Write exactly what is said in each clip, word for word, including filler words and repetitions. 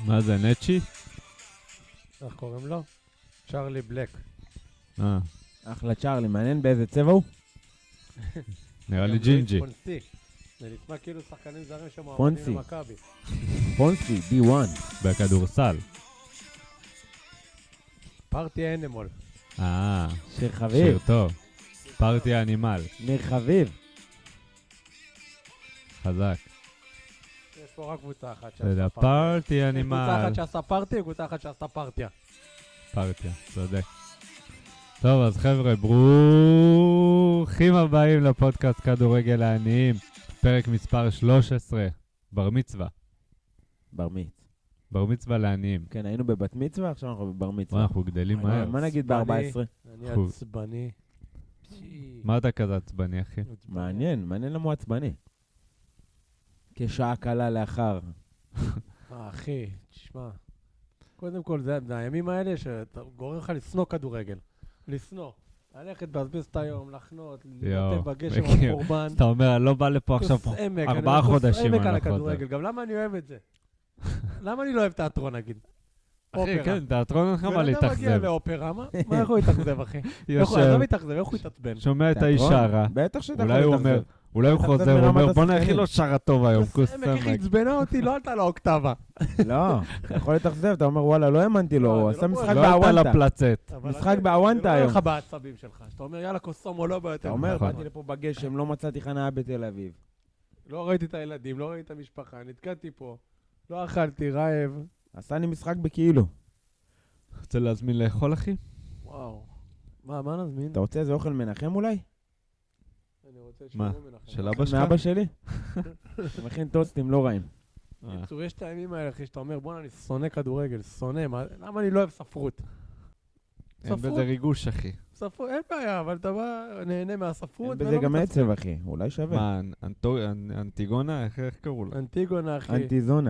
מה זה, נצ'י? איך קוראים לו? צ'רלי בלק. אה, אחלה צ'רלי, מעניין באיזה צבע הוא? נראה לי גם ג'ינג'י. לואיס פונסי. זה נשמע כאילו שחקנים זרים שמועמדים פונסי. למכבי. פונסי, די וואן. בכדורסל. פארטי אנימול. אה, שיר שיר חביב. טוב. פארטי אנימל. ניר חביב. חזק. יש פה רק קבוצה אחת אתה יודע, שעשה פארטי. פארטי יש קבוצה אנימל. אחת שעשה פארטי וקבוצה אחת שעשה פארטיה. פארטיה, צודק. טוב, אז חבר'ה, ברוכים הבאים לפודקאסט כדורגל העניים. פרק מספר שלוש עשרה, בר מצווה. בר מצווה. בר מצווה לעניים. כן, היינו בבת מצווה, עכשיו אנחנו בבר וואי, מצווה. אנחנו גדלים מה, מהר. מה נגיד ב-ארבע עשרה? אני חוב. עצבני. מה אתה כזה עצבני, אחי? מעניין, מעניין למה הוא עצבני. כשעה קלה לאחר. אה, אחי, תשמע. קודם כל, זה זה הימים האלה שגורם לך לשנוא כדורגל. לשנוא. ללכת, לבזבז את היום, לחנות, יואו, לבטל בגשם מכיר. על קורבן. אתה אומר, אני לא בא לפה עכשיו כוס עמק, ארבעה אני אומר, כוס חודשים עמק אני על לא חוזר. הכדורגל. גם למה אני אוהב את זה? למה אני לא אוהב תיאטרון, נגיד? אחי, אופרה. כן, תיאטרון אין לך מה בן אדם מגיע להתאכזב. לאופרה, מה מה יכול להתאכזב, אחי? איך הוא יושב, מתאכזב, איך הוא יתעצבן? שומע את תיאטרון? האיש שרה. בטח שאתה יכול אולי הוא להתאכזב. אומר, אולי הוא להתאכזב חוזר, הוא מרמת אומר, בוא השחקנים." נכין לו שרה טוב היום, כוס עמק, איך היא סמק. עצבנה אותי, לא עלתה לאוקטבה. לא, אתה יכול להתאכזב, אתה אומר וואלה, לא האמנתי לו, לא, הוא זה עשה לא משחק בוער. לא עלתה באוונטה. לפלצט. אבל משחק אחי, באוונטה זה לא היום. לך בעצבים שלך. שאתה אומר, יאללה, קוסום או לא ביותר. אתה אומר, נכון. באתי לפה בגשם, לא מצאתי חניה בתל אביב. לא ראיתי את הילדים, לא ראיתי את המשפחה, נתקעתי פה. לא אכלתי, רעב. עשה לי משחק בכאילו. רוצה להזמין לאכול, אחי? וואו. מה, מה נזמין? אתה רוצה איזה אוכל מנחם אולי? אני רוצה מה? שיראו מנחם. של אבא שלך? מאבא שלי? הוא מכין טוסטים לא רעים. אה. בקיצור, יש את הימים האלה, אחי, שאתה אומר, בוא'נה, אני שונא כדורגל, שונא, מה- למה אני לא אוהב ספרות? אין ספרות, בזה ריגוש, אחי. ספרות, אין בעיה, אבל אתה בא, נהנה מהספרות, אין בזה ולא גם מתעצבן. עצב, אחי. אולי שווה. מה, אנטו- אנ- אנטיגונה? איך איך קראו לה? אנטיגונה, אחי, אנטי-זונה.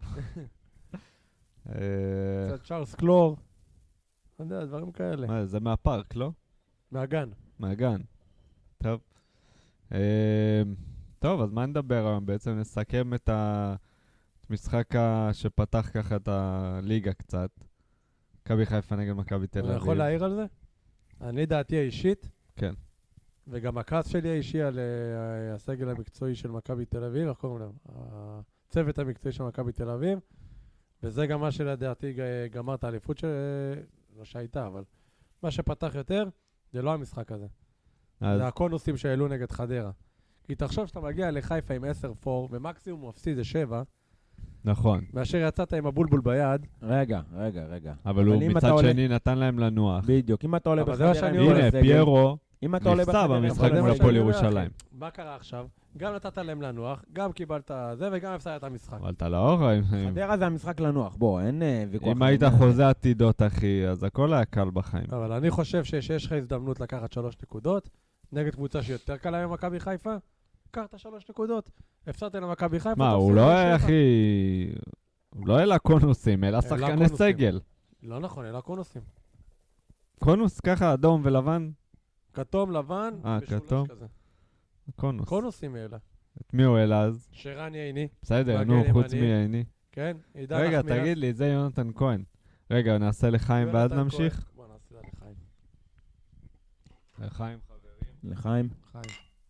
אה, קצת צ'ארלס קלור, אתה יודע, דברים כאלה, מה, זה מהפארק, לא? מהגן. מהגן. טוב. אה, טוב, אז מה נדבר היום? בעצם נסכם את המשחק ה- שפתח ככה את הליגה קצת. מכבי חיפה נגד מכבי תל אני אביב. יכול להעיר על זה? אני דעתי האישית, כן. וגם הכעס שלי האישי על אה, הסגל המקצועי של מכבי תל אביב, איך קוראים להם? הצוות המקצועי של מכבי תל אביב, וזה גם מה שלדעתי ג- גמר את האליפות של... לא שהייתה, אבל מה שפתח יותר, זה לא המשחק הזה. אז זה הקונוסים שהעלו נגד חדרה. כי תחשוב שאתה מגיע לחיפה עם עשר פור, ומקסימום הוא מפסיד זה שבע, נכון. מאשר יצאת עם הבולבול ביד. רגע, רגע, רגע. אבל הוא אם אתה מצד עולה- שני נתן להם לנוח. בדיוק, אם אתה עולה אבל זה מה בחדרה... שאני עם אומר. כל הנה, הסגל- פיירו אם אתה עולה נפצע בחדרה... עם במשחק כל אבל זה מול מה הסגל- הפועל שאני אומר, ירושלים. אחי. מה קרה עכשיו? גם נתת להם לנוח, גם קיבלת זה, וגם הפסדת את המשחק. אבל אתה לא רואה. חדרה זה המשחק לנוח, בוא, אין אה, ויכוח. אם היית חוזה עתידות, אחי, אז הכל היה קל בחיים. אבל אני חושב ש- שיש לך הזדמנות לקחת שלוש נקודות, נגד קבוצה שיותר קלה ממכבי חיפה, קח את השלוש נקודות. הפסדת למכבי חיפה, מה, אתה הוא הפסדת לא היה, לשבע. אחי... הוא לא העלה קונוסים, העלה שחקני קונוסים. סגל. לא נכון, אלא קונוסים. קונוס ככה, אדום ולבן? כתום, לבן, אה, משולש כתום. כזה. קונוס. קונוסים אלה. את מי הוא העלה אז? שרן ייני, בסדר, מגן נו, חוץ ימני. מעיני. כן? עידן רגע, נחמיאס. תגיד לי, זה יונתן כהן. רגע, נעשה לחיים ואז יונתן נמשיך. כהן. בוא נעשה את זה לחיים. לחיים, חברים. לחיים. חיים.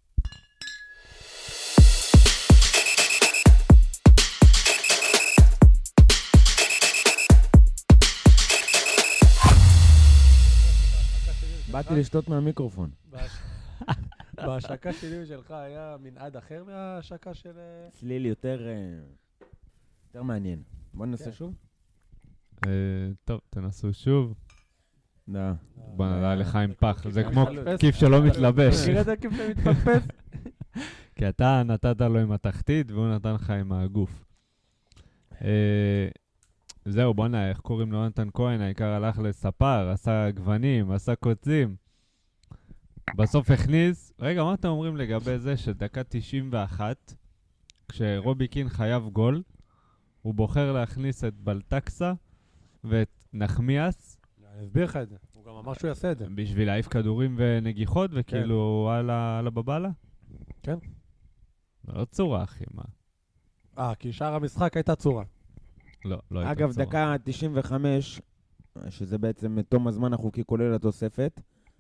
באתי לשתות מהמיקרופון. בהש- בהשקה שלי ושלך היה מנעד אחר מההשקה של... אה, צליל יותר... אה, יותר מעניין. בוא ננסה כן. שוב. אה, טוב, תנסו שוב. לא. בוא נראה אה, לחיים זה פח. כמו זה כיף כמו מתפספס. כיף שלא מתלבש. מכיר את זה כיף שמתפספס? כי אתה נתת לו עם התחתית והוא נתן לך עם הגוף. אה, זהו, בוא נראה, איך קוראים לו יונתן כהן? העיקר הלך לספר, עשה גוונים, עשה קוצים. בסוף הכניס... רגע, מה אתם אומרים לגבי זה שדקה תשעים ואחת, כשרובי קין חייב גול, הוא בוחר להכניס את בלטקסה ואת נחמיאס אני אסביר לך את זה. הוא גם אמר שהוא יעשה את זה. בשביל להעיף כדורים ונגיחות, וכאילו על ה- על הבבלה? כן. זה לא צורה, אחי, מה? אה, כי שאר המשחק הייתה צורה. לא, לא הייתה אגב, בשורה. דקה תשעים וחמש, שזה בעצם תום הזמן החוקי כולל התוספת,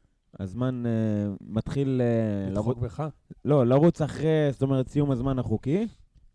הזמן uh, מתחיל uh, לדחוק בך? לא, לרוץ אחרי, זאת אומרת, סיום הזמן החוקי,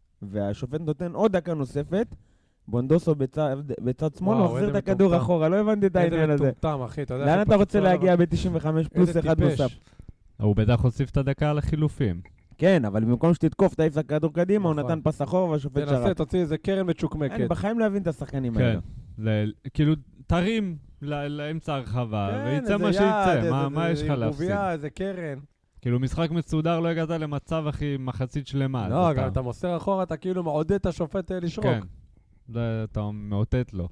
והשופט נותן עוד דקה נוספת, בונדוסו בצד, בצד שמאל, הוא מחזיר את הכדור אחורה, לא הבנתי את העניין הזה. איזה מטומטם, אחי, אתה יודע... לאן אתה רוצה להגיע ב-תשעים וחמש פלוס אחד נוסף? הוא בטח הוסיף את הדקה על החילופים. כן, אבל במקום שתתקוף, תעיף את הכדור קדימה, הוא נתן פס אחורה והשופט שרק. תנסה, תוציא איזה קרן מצ'וקמקת. אני בחיים להבין את השחקנים כן, האלה. ל- כאילו, תרים ל- לאמצע הרחבה, כן, ויצא איזה מה יד, שיצא, איזה- מה- מה יש לך איזה להפסיד? ערבוביה, איזה קרן. כאילו, משחק מסודר, לא הגעת למצב, אחי, מחצית שלמה. אז לא, אתה- גם אתה מוסר אחורה, אתה כאילו מעודד את השופט אה, לשרוק. כן, זה- אתה מאותת לו.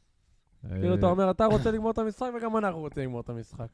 כאילו אה, אתה אומר, אתה רוצה לגמור את המשחק וגם אנחנו רוצים לגמור את המשחק.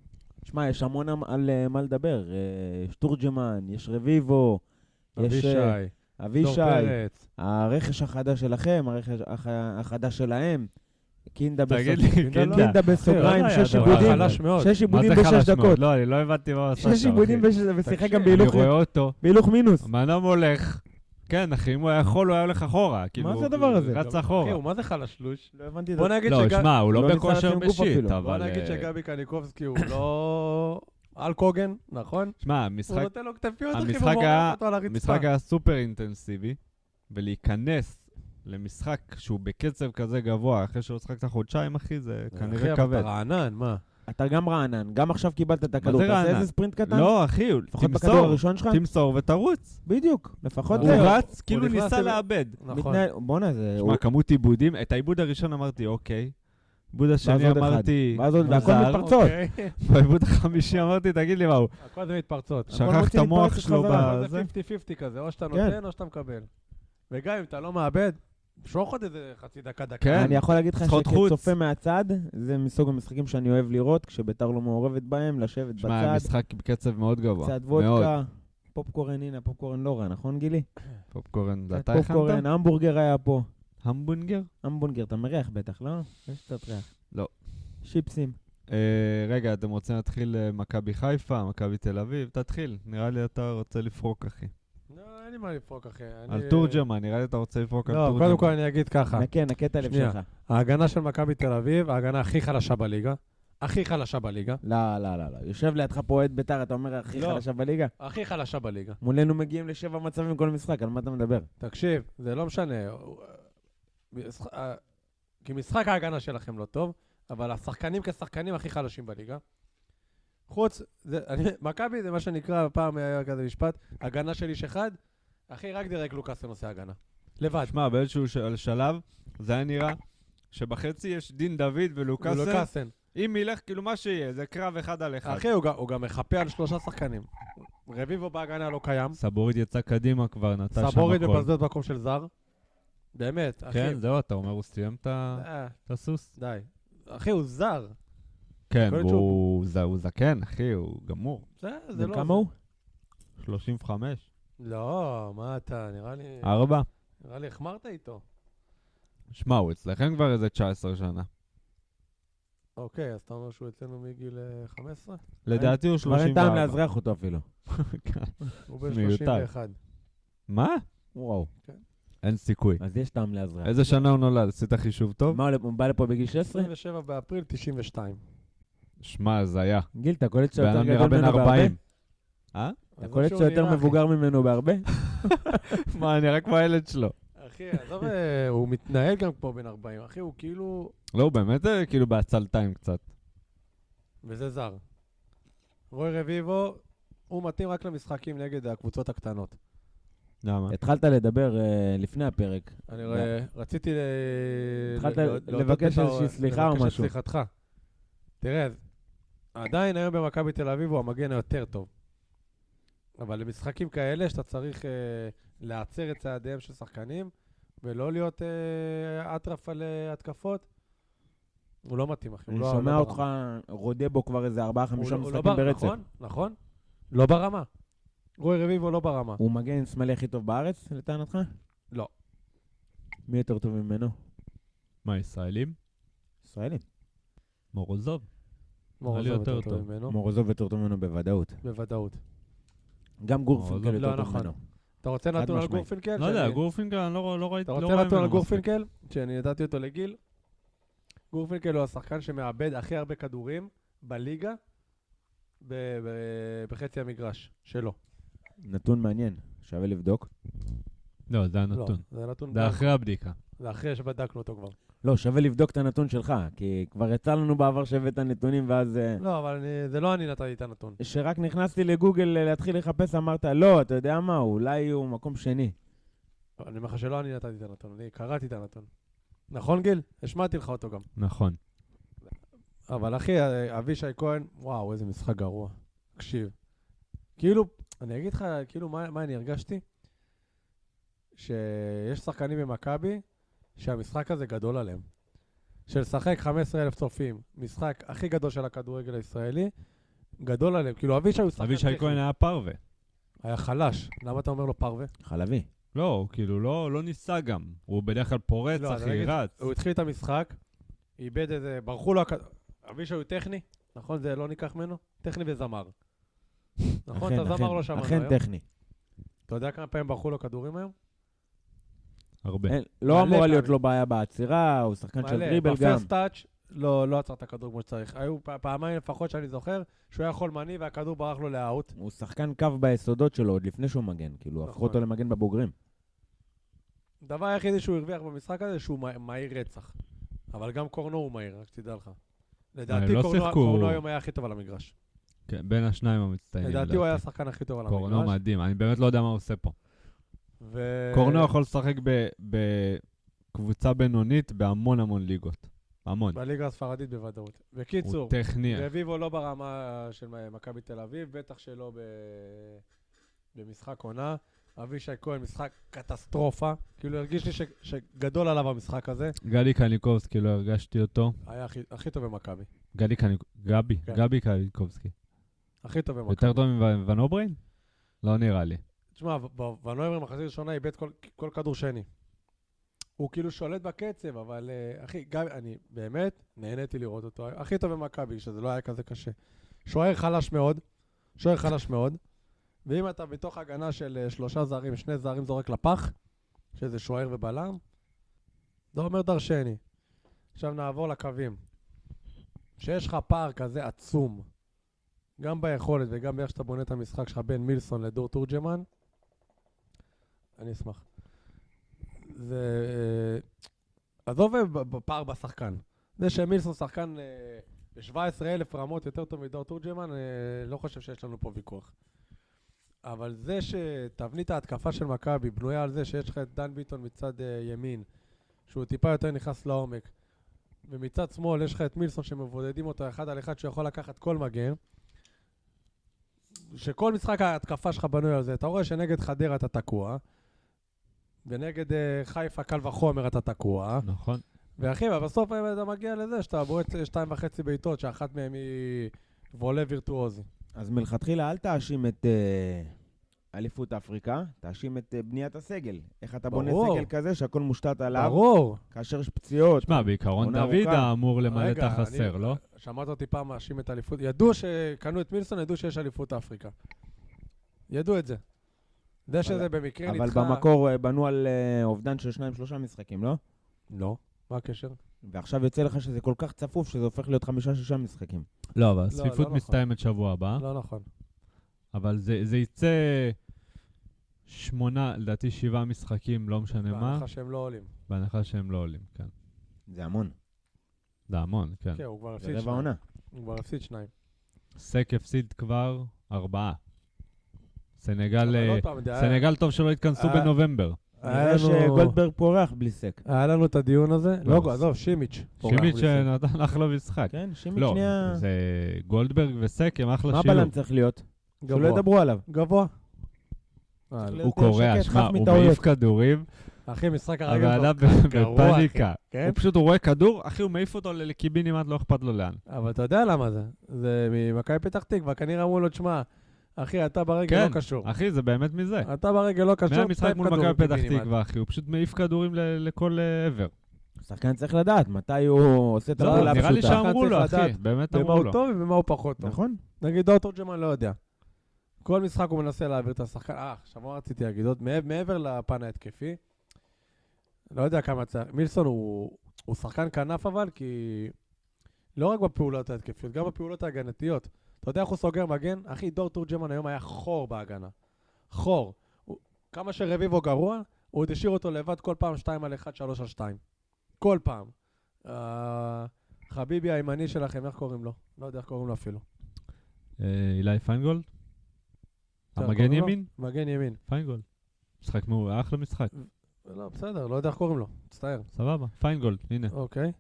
שמע, יש המון על- על אה, מה לדבר. אה, שטורג'מן, יש רביבו, יש אה, אבישי, דור אבישי, פרץ. הרכש החדש שלכם, הרכש הח- החדש שלהם, קינדה תגיד בסוג- לי, קינדה. קינדה בסוגריים, לא, לא, שש היה הוא עיבודים, חלש מאוד. שש מה עיבודים זה בשש חלש מאוד? דקות. לא, אני לא הבנתי מה הוא עשה שם, שש עיבודים אחי. בשש, ושיחק תקשיב, גם אני בהילוך רואה אותו, בהילוך מינוס. מנום הולך, כן, אחי, אם הוא היה יכול, הוא היה הולך אחורה. כאילו, זה הדבר הזה? רץ אחי, אחורה. הוא מה זה חלשלוש? לא הבנתי את בוא זה. נגיד לא, שג- שמע, הוא לא לא ניסה בכושר לשים גוף בשיט, אפילו. אבל... בוא נגיד אה, שגבי קניקובסקי הוא לא... על קוגן, נכון? שמע, הוא המשחק נותן לו כתפיות, אחי, המשחק ומורח היה- אותו על הרצפה. המשחק היה סופר אינטנסיבי, ולהיכנס למשחק שהוא בקצב כזה גבוה, אחרי שהוא שחק את החודשיים, אחי, זה אחי, כנראה אבל כבד. אתה רענן, מה? אתה גם רענן, גם עכשיו קיבלת את הכדור. זה תעשה רענן? איזה ספרינט קטן? לא, אחי, הוא- לפחות בכדור תמסור, הראשון שלך? תמסור ותרוץ. בדיוק, לפחות הוא זה. הוא לא, רץ, כאילו נכנס ניסה ל- לאבד. נכון. מתנהל- בואנה, זה... שמע, כמות עיבודים, את העיבוד הראשון אמרתי, אוקיי. בעיבוד השני עוד אחד. אמרתי, ואז עוד- והכל מוזר. מתפרצות. אוקיי. בעיבוד החמישי אמרתי, תגיד לי מה הוא, הכל זה מתפרצות. שכח את מוציא המוח מתפרצת שלו חזרה. אבל זה בזה. חמישים חמישים כזה, או שאתה כן. נותן או שאתה מקבל. וגם אם אתה לא מאבד, שרוך עוד איזה חצי דקה, דקה. כן. אני יכול להגיד לך זכות חוץ. שכצופה מהצד, זה מסוג המשחקים שאני אוהב לראות, כשביתר לא מעורבת בהם, לשבת שמע, בצד, משחק בקצב מאוד גבוה. קצת מאוד. וודקה, פופקורן, הנה, פופקורן לא רע, נכון גילי? פופקורן, זה קצת אתה הכנת? פופקורן, המבורגר היה פה. המבונגר? המבורגר, אתה מריח בטח, לא? יש קצת ריח. לא. שיפסים. אה, רגע, אתם רוצים להתחיל אה, מכבי חיפה, מכבי תל אביב? תתחיל. נראה לי אתה רוצה לפרוק, אחי. לא, אין לי מה לפרוק, אחי. על אני- תורג'מן, נראה לי אתה רוצה לפרוק על לא, תורג'מן. קודם כל אני אגיד ככה. נקה, נקה את הלב שנייה. שלך. ההגנה של מכבי תל אביב, ההגנה הכי חלשה בליגה. הכי חלשה בליגה. לא, לא, לא, לא. יושב לידך פה אוהד ביתר, אתה אומר הכי לא. חלשה בליגה? הכי חלשה בליגה. מולנו מגיעים לשבע מצבים כל משחק, על מה אתה מדבר? תקשיב, זה לא משנה. משח- אה, כי משחק ההגנה שלכם לא טוב, אבל השחקנים כשחקנים הכי חלשים בליגה. חוץ, זה- אני- מכבי זה מה שנקרא, פעם היה כזה משפט, הגנה של איש אחד, אחי, רק דירק לוקאסן עושה הגנה. לבד. שמע, באיזשהו ש- שלב, זה היה נראה שבחצי יש דין דוד ולוקאסן. לוקאסן. אם ילך, כאילו מה שיהיה, זה קרב אחד על אחד. אחי, הוא גם- הוא גם מחפה על שלושה שחקנים. רביבו בהגנה לא קיים. סבורית יצא קדימה כבר, נטש שם הכל. סבורית מבזבז מקום של זר. באמת, אחי. כן, זהו, אתה אומר, הוא סיים את ה- אה, את הסוס? די. אחי, הוא זר. כן, יכול להיות והוא ז- הוא זקן, אחי, הוא גמור. זה, זה בן לא... כמה הוא? שלושים וחמש. לא, מה אתה, נראה לי... ארבע. נראה לי החמרת איתו. שמע, הוא אצלכם כבר איזה תשע עשרה שנה. אוקיי, אז אתה אומר שהוא אצלנו מגיל אה, חמש עשרה? לדעתי הוא כבר אין שלושים טעם וארבע. לאזרח אותו אפילו. הוא בן מיותר. שלושים ואחת. מה? וואו. אין סיכוי. אז יש טעם לאזרח. איזה שנה הוא נולד? עשית חישוב טוב? מה, הוא בא לפה בגיל שש עשרה? עשרים ושבעה באפריל תשעים ושתיים. שמע, זה היה. גיל, אתה קולט שאתה בן יותר אדם נראה גדול בן ממנו בהרבה? ארבעים. אה? אתה קולט שאתה יותר מבוגר ממנו בהרבה? מה, אני רק כמו הילד שלו. אחי, עזוב, אה, הוא מתנהל גם כמו בן ארבעים. אחי, הוא כאילו... לא, הוא באמת אה, כאילו בעצלתיים קצת. וזה זר. רוי רביבו, הוא מתאים רק למשחקים נגד הקבוצות הקטנות. למה? התחלת לדבר אה, לפני הפרק. אני רואה, רציתי ל... התחלת ל- להודות לבקש את ה- איזושהי סליחה או לבקש את משהו. סליחתך. תראה, עדיין היום במכבי תל אביב הוא המגן היותר טוב. אבל למשחקים כאלה שאתה צריך אה, לעצר את צעדיהם של שחקנים, ולא להיות אה, אטרף על אה, התקפות, הוא לא מתאים, אחי. הוא אני לא- שומע לא אותך ברמה. רודה בו כבר איזה ארבעה הוא חמישה לא- הוא לא משחקים בר- ברצף. נכון, נכון. לא ברמה. רוי רביבו לא ברמה. הוא מגן שמאלי הכי טוב בארץ, לטענתך? לא. מי יותר טוב ממנו? מה, ישראלים? ישראלים. מורוזוב. מורוזוב לי יותר יותר טוב טוב. ממנו. מורוזוב יותר טוב ממנו בוודאות. בוודאות. גם גורפינקל מורוזוב. יותר לא, טוב נכון. ממנו. אתה רוצה נתון על גורפינקל? לא יודע, גורפינקל, אני לא ראיתי. אתה רוצה נתון על גורפינקל? שאני נתתי אותו לגיל. גורפינקל הוא השחקן שמאבד הכי הרבה כדורים בליגה בחצי המגרש שלו. נתון מעניין, שווה לבדוק. לא, זה הנתון. זה הנתון. זה אחרי הבדיקה. זה אחרי שבדקנו אותו כבר. לא, שווה לבדוק את הנתון שלך, כי כבר יצא לנו בעבר שווה את הנתונים, ואז... לא, אבל זה לא אני נתתי את הנתון. שרק נכנסתי לגוגל להתחיל לחפש, אמרת, לא, אתה יודע מה, אולי הוא מקום שני. אני אומר לך שלא אני נתתי את הנתון, אני קראתי את הנתון. נכון, גיל? השמעתי לך אותו גם. נכון. אבל אחי, אבישי כהן, וואו, איזה משחק גרוע. תקשיב. כאילו, אני אגיד לך, כאילו, מה, מה אני הרגשתי? שיש שחקנים במכבי, שהמשחק הזה גדול עליהם. של שחק חמישה עשר אלף צופים, משחק הכי גדול של הכדורגל הישראלי, גדול עליהם. כאילו, אבישי הוא שחקן... אבישי כהן היה פרווה. היה חלש. למה אתה אומר לו פרווה? חלבי. לא, כאילו, לא, לא ניסה גם. הוא בדרך כלל פורץ, לא, אחי, רץ. הוא התחיל את המשחק, איבד איזה... ברחו לו... אבישי הוא טכני, נכון? זה לא ניקח ממנו? טכני וזמר. נכון? אתה זמר לא שמענו היום? אכן טכני. אתה יודע כמה פעמים ברחו לו כדורים היום? הרבה. לא אמורה להיות לו בעיה בעצירה, הוא שחקן של דריבל גם. בפרסט טאץ' לא עצר את הכדור כמו שצריך. היו פעמיים לפחות שאני זוכר, שהוא היה חולמני והכדור ברח לו לאוט. הוא שחקן קו ביסודות שלו עוד לפני שהוא מגן, כאילו, הפכו אותו למגן בבוגרים. הדבר היחידי שהוא הרוויח במשחק הזה, שהוא מהיר רצח. אבל גם קורנו הוא מהיר, רק תדע לך. לדעתי קורנו היום היה הכי טוב על המגרש. כן, בין השניים המצטיינים. לדעתי הוא היה השחקן הכי טוב על המגרש. קורנו מדהים, אני באמת לא יודע מה הוא עושה פה. קורנו יכול לשחק בקבוצה בינונית בהמון המון ליגות. המון. בליגה הספרדית בוודאות. בקיצור, הוא טכני. רביבו לא ברמה של מכבי תל אביב, בטח שלא במשחק עונה. אבישי כהן, משחק קטסטרופה. כאילו הרגיש לי שגדול עליו המשחק הזה. גלי קניקובסקי, לא הרגשתי אותו. היה הכי טוב במכבי. גלי קניקובסקי, גבי, גבי קניקובסקי. הכי טוב במכבי. יותר טוב מוונוברין? לא נראה לי. תשמע, ונוימר מחצית ראשונה איבד כל, כל כדור שני. הוא כאילו שולט בקצב, אבל uh, אחי, גם אני באמת נהניתי לראות אותו. הכי טוב במכבי, שזה לא היה כזה קשה. שוער חלש מאוד, שוער חלש מאוד, ואם אתה בתוך הגנה של uh, שלושה זרים, שני זרים זורק לפח, שזה שוער ובלם, זה אומר דרשני. עכשיו נעבור לקווים. שיש לך פער כזה עצום, גם ביכולת וגם באיך שאתה בונה את המשחק שלך בין מילסון לדור תורג'מן, אני אשמח. זה... עזוב בפער בשחקן. זה שמילסון שחקן ב-שבע עשרה אלף רמות יותר טוב מדור תורג'מן, לא חושב שיש לנו פה ויכוח. אבל זה שתבנית ההתקפה של מכבי בנויה על זה שיש לך את דן ביטון מצד ימין, שהוא טיפה יותר נכנס לעומק, ומצד שמאל יש לך את מילסון שמבודדים אותו אחד על אחד שיכול לקחת כל מגן, שכל משחק ההתקפה שלך בנוי על זה, אתה רואה שנגד חדרה אתה תקוע, ונגד uh, חיפה קל וחומר אתה תקוע. נכון. ואחי, בסוף אתה מגיע לזה שאתה בועט שתיים וחצי בעיטות, שאחת מהם היא וולה וירטואוזי. אז מלכתחילה אל תאשים את uh, אליפות אפריקה, תאשים את uh, בניית הסגל. איך אתה בונה סגל כזה שהכל מושתת עליו. ברור. כאשר יש פציעות. שמע, בעיקרון דוד אמור למלא את החסר, לא? שמעת אותי פעם מאשים את אליפות. ידעו שקנו את מילסון, ידעו שיש אליפות אפריקה. ידעו את זה. זה שזה במקרה נדחה... אבל במקור בנו על אובדן של שניים שלושה משחקים, לא? לא. מה הקשר? ועכשיו יוצא לך שזה כל כך צפוף שזה הופך להיות חמישה שישה משחקים. לא, אבל הצפיפות מסתיימת שבוע הבא. לא נכון. אבל זה יצא שמונה, לדעתי שבעה משחקים, לא משנה מה. בהנחה שהם לא עולים. בהנחה שהם לא עולים, כן. זה המון. זה המון, כן. כן, הוא כבר הפסיד שניים. זה רבע עונה. הוא כבר הפסיד שניים. סק הפסיד כבר ארבעה. סנגל, סנגל טוב שלא התכנסו בנובמבר. נראה שגולדברג פורח בלי סק. היה לנו את הדיון הזה. לא, עזוב, שימיץ'. שימיץ' שנתן אחלה משחק. כן, שימיץ' שנייה... לא, זה גולדברג וסק הם אחלה שילוב. מה בלם צריך להיות? שלא ידברו עליו. גבוה. הוא קורא, שמע, הוא מעיף כדורים. אחי, משחק הרגל אבל בפניקה. הוא פשוט, הוא רואה כדור, אחי, הוא מעיף אותו לקיבינימט, לא אכפת לו לאן. אבל אתה יודע למה זה? זה ממכבי פתח תקווה, כנראה אמרו לו, תשמע, אחי, אתה ברגל לא קשור. כן, אחי, זה באמת מזה. אתה ברגל לא קשור. מהמשחק מול מכבי פתח תקווה, אחי, הוא פשוט מעיף כדורים לכל עבר. שחקן צריך לדעת מתי הוא עושה את הפעולה פשוטה. נראה לי שאמרו לו, אחי, באמת אמרו לו. במה הוא טוב ובמה הוא פחות טוב. נכון. נגיד דור תורג'מן לא יודע. כל משחק הוא מנסה להעביר את השחקן. אה, עכשיו מה רציתי להגיד? עוד מעבר לפן ההתקפי, לא יודע כמה צריך. מילסון הוא, הוא שחקן כנף אבל, כי לא רק בפעולות ההתקפיות, גם בפעולות ההגנתיות. אתה יודע איך הוא סוגר מגן? אחי, דור תורג'מן היום היה חור בהגנה. חור. הוא, כמה שרביבו גרוע, הוא עוד השאיר אותו לבד כל פעם שתיים על אחד, שלוש על שתיים. כל פעם. Uh, חביבי הימני שלכם, איך קוראים לו? לא יודע איך קוראים לו אפילו. אילי פיינגולד? המגן ימין? מגן ימין. פיינגולד. משחק מעולה, אחלה משחק. לא, בסדר, לא יודע איך קוראים לו. מצטער. סבבה, פיינגולד, הנה. אוקיי.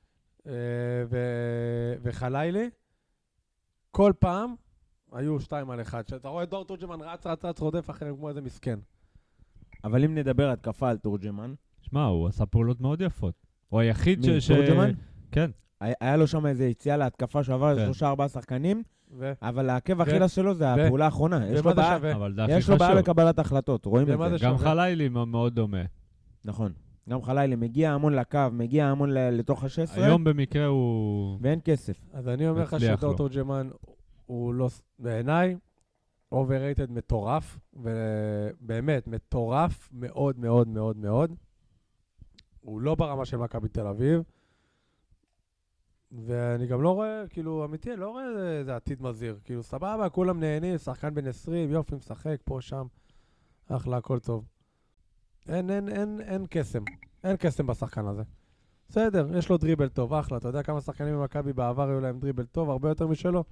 וחלילי, כל פעם היו שתיים על אחד. שאתה רואה דור תורג'מן רץ, רץ, רץ, רודף אחריהם כמו איזה מסכן. אבל אם נדבר התקפה על תורג'מן... שמע, הוא עשה פעולות מאוד יפות. הוא היחיד ש... מי, תורג'מן? כן. היה לו שם איזה יציאה להתקפה שעבר איזה שלושה ארבעה שחקנים, אבל העקב אכילס שלו זה הפעולה האחרונה. יש לו בעיה לקבלת החלטות, רואים את זה. גם חלילי מאוד דומה. נכון. גם חלילי מגיע המון לקו, מגיע המון לתוך ה-שש עשרה. היום במקרה הוא... ואין כסף. אז אני אומר לך שדור תורג'מן הוא לא... בעיניי, overrated מטורף, ובאמת מטורף מאוד מאוד מאוד מאוד. הוא לא ברמה של מכבי תל אביב. ואני גם לא רואה, כאילו, אמיתי, אני לא רואה איזה עתיד מזהיר. כאילו, סבבה, כולם נהנים, שחקן בן עשרים, יופי, משחק, פה, שם. אחלה, הכל טוב. אין, אין, אין, אין קסם. אין קסם בשחקן הזה. בסדר, יש לו דריבל טוב, אחלה. אתה יודע כמה שחקנים במכבי בעבר היו להם דריבל טוב, הרבה יותר משלו?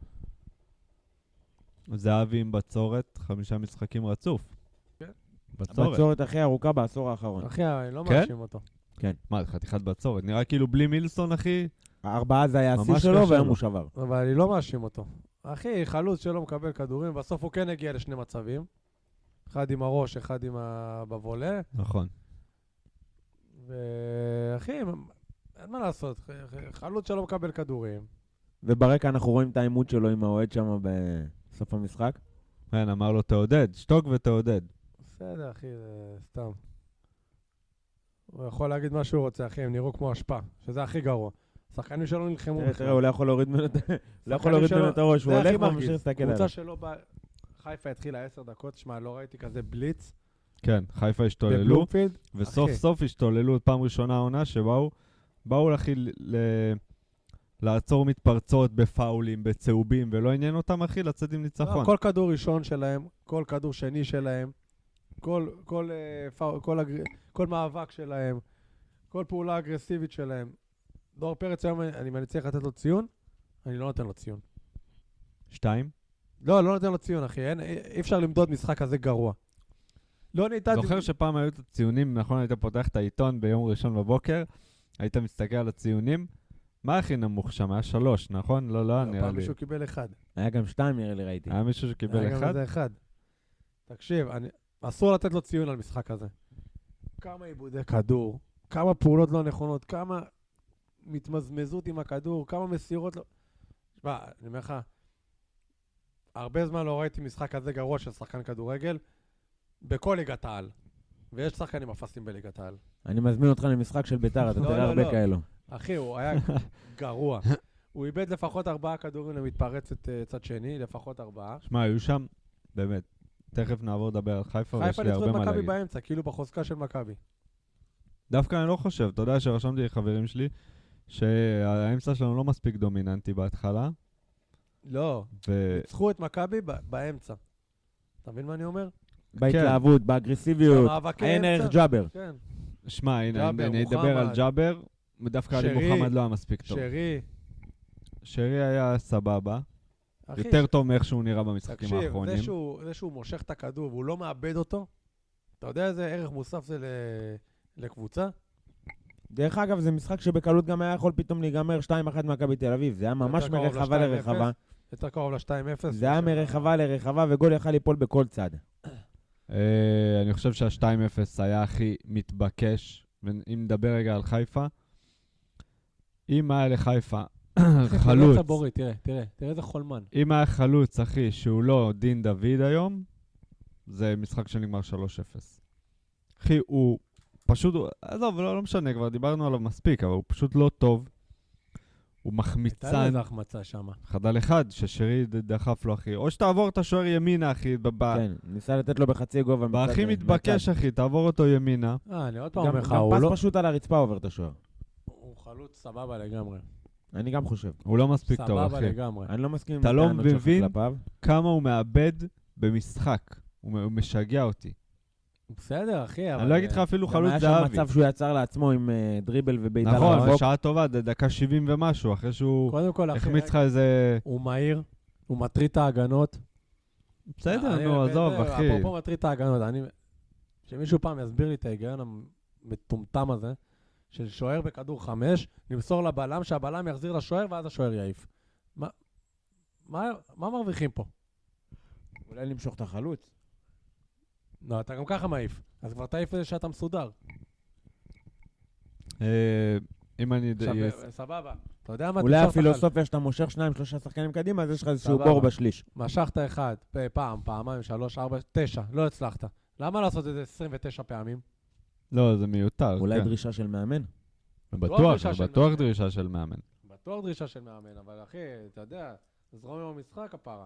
זהבי עם בצורת, חמישה משחקים רצוף. כן. בצורת. הבצורת הכי ארוכה בעשור האחרון. אחי, אני לא מאשים אותו. כן. מה, חתיכת בצורת? נראה כאילו בלי מילסון, אחי. הארבעה זה היה השיא שלו והיום הוא שבר. אבל אני לא מאשים אותו. אחי, חלוץ שלא מקבל כדורים, בסוף הוא כן הגיע לשני מצבים. אחד עם הראש, אחד עם הבבולה. נכון. ואחי, אין מה לעשות, חלוץ שלא מקבל כדורים. וברקע אנחנו רואים את העימות שלו עם האוהד שם בסוף המשחק. כן, אמר לו תעודד, שתוק ותעודד. בסדר, אחי, זה סתם. הוא יכול להגיד מה שהוא רוצה, אחי, הם נראו כמו השפעה, שזה הכי גרוע. שחקנים שלא נלחמו בכלל. תראה, הוא לא יכול להוריד ממנו את הראש, הוא הולך וממשיך להסתכל עליו. קבוצה שלו, חיפה התחילה עשר דקות, שמע, לא ראיתי כזה בליץ. כן, חיפה השתוללו, וסוף סוף השתוללו פעם ראשונה העונה שבאו, באו להכיל, לעצור מתפרצות בפאולים, בצהובים, ולא עניין אותם, אחי, לצאת עם ניצחון. כל כדור ראשון שלהם, כל כדור שני שלהם, כל, כל, כל, כל, כל מאבק שלהם, כל פעולה אגרסיבית שלהם. דור פרץ היום, אני, אני צריך לתת לו ציון, אני לא נותן לו ציון. שתיים? לא, לא נותן לו ציון, אחי. אין, אי אפשר למדוד משחק כזה גרוע. לא ניתן... זוכר שפעם היו את הציונים, נכון, היית פותח את העיתון ביום ראשון בבוקר, היית מסתכל על הציונים, מה הכי נמוך שם? היה שלוש, נכון? לא, לא, נראה לי. פעם מישהו קיבל אחד. היה גם שתיים, נראה לי, ראיתי. היה מישהו שקיבל אחד? היה גם איזה אחד. תקשיב, אני... אסור לתת לו ציון על משחק הזה. כמה עיבודי כדור, כמה פעולות לא נכונות, כמה מתמזמזות עם הכדור, כמה מסירות לא... תשמע, אני אומר לך, הרבה זמן לא ראיתי משחק כזה גרוע של שחקן כדורגל, בכל ליגת העל. ויש שחקנים אפסים בליגת העל. אני מזמין אותך למשחק של ביתר, אתה תראה הרבה כאלו. אחי, הוא היה גרוע. הוא איבד לפחות ארבעה כדורים למתפרצת צד שני, לפחות ארבעה. שמע, היו שם, באמת, תכף נעבור לדבר על חיפה, ויש לי הרבה מה להגיד. חיפה ניצחו את מכבי באמצע, כאילו בחוזקה של מכבי. דווקא אני לא חושב, אתה יודע שרשמתי לחברים שלי, שהאמצע שלנו לא מספיק דומיננטי בהתחלה. לא, ניצחו את מכבי באמצע. אתה מבין מה אני אומר? בהתלהבות, באגרסיביות, אין ערך ג'אבר. שמע, הנה, אני אדבר על ג'אבר, ודווקא עלי מוחמד לא היה מספיק טוב. שרי. שרי היה סבבה. יותר טוב מאיך שהוא נראה במשחקים האחרונים. תקשיב, זה שהוא מושך את הכדור והוא לא מאבד אותו, אתה יודע איזה ערך מוסף זה לקבוצה? דרך אגב, זה משחק שבקלות גם היה יכול פתאום להיגמר שתיים אחת מכבי תל אביב. זה היה ממש מרחבה לרחבה. יותר קרוב ל-שתיים אפס. זה היה מרחבה לרחבה וגול יכל ליפול בכל צד. אני חושב שה-שתיים אפס היה הכי מתבקש. אם נדבר רגע על חיפה, אם היה לחיפה חלוץ... תראה, תראה, תראה איזה חולמן. אם היה חלוץ, אחי, שהוא לא דין דוד היום, זה משחק שנגמר שלוש אפס. אחי, הוא פשוט... עזוב, לא, לא משנה, כבר דיברנו עליו מספיק, אבל הוא פשוט לא טוב. הוא הייתה לו מחמיצן. איזה החמצה שם. אחד על אחד, ששרי ד- דחף לו, אחי. או שתעבור את השוער ימינה, אחי. ב- ב- כן, ניסה לתת לו בחצי גובה. בהכי מצד- מתבקש, מהצד. אחי, תעבור אותו ימינה. אה, אני עוד פעם גם אומר לך, גם הוא פס לא... פשוט על הרצפה עובר את השוער. הוא חלוץ סבבה לגמרי. אני גם חושב. הוא לא מספיק טוב, סבבה אחי. לגמרי. אני לא מסכים עם אתה לא הטענות שלך מבין? כלפיו. כמה הוא מאבד במשחק. הוא מ- הוא משגע אותי. בסדר, אחי, אבל... אני לא אגיד לך אפילו גם חלוץ היה שם זהבי. מצב שהוא יצר לעצמו עם אה, דריבל ובעיטה נכון, לרחוק. בשעה טובה, ד- דקה שבעים ומשהו, אחרי שהוא קודם כל, אחי, החמיץ לך איזה... הוא מהיר, הוא מטריד את ההגנות. בסדר, אני- נו, ב- עזוב, ב- אחי. אפרופו מטריד את ההגנות, אני... שמישהו פעם יסביר לי את ההיגיון המטומטם הזה, של שוער בכדור חמש, למסור לבלם, שהבלם יחזיר לשוער ואז השוער יעיף. מה, מה, מה מרוויחים פה? אולי למשוך את החלוץ. לא, אתה גם ככה מעיף. אז כבר תעיף לזה שאתה מסודר. אה, אם אני... ד- עכשיו, יס- סבבה. אתה יודע מה? אולי תמשוך את החל- הפילוסופיה שאתה מושך שניים, שלושה שחקנים קדימה, אז יש לך איזשהו סבבה. בור בשליש. משכת אחד, פ- פעם, פעמיים, שלוש, ארבע, תשע, לא הצלחת. למה לעשות את זה עשרים ותשע פעמים? לא, זה מיותר. אולי כן. דרישה של מאמן? בטוח, דרישה של בטוח מאמן. דרישה של מאמן. בטוח דרישה של מאמן, אבל אחי, אתה יודע, זרום עם המשחק הפרה.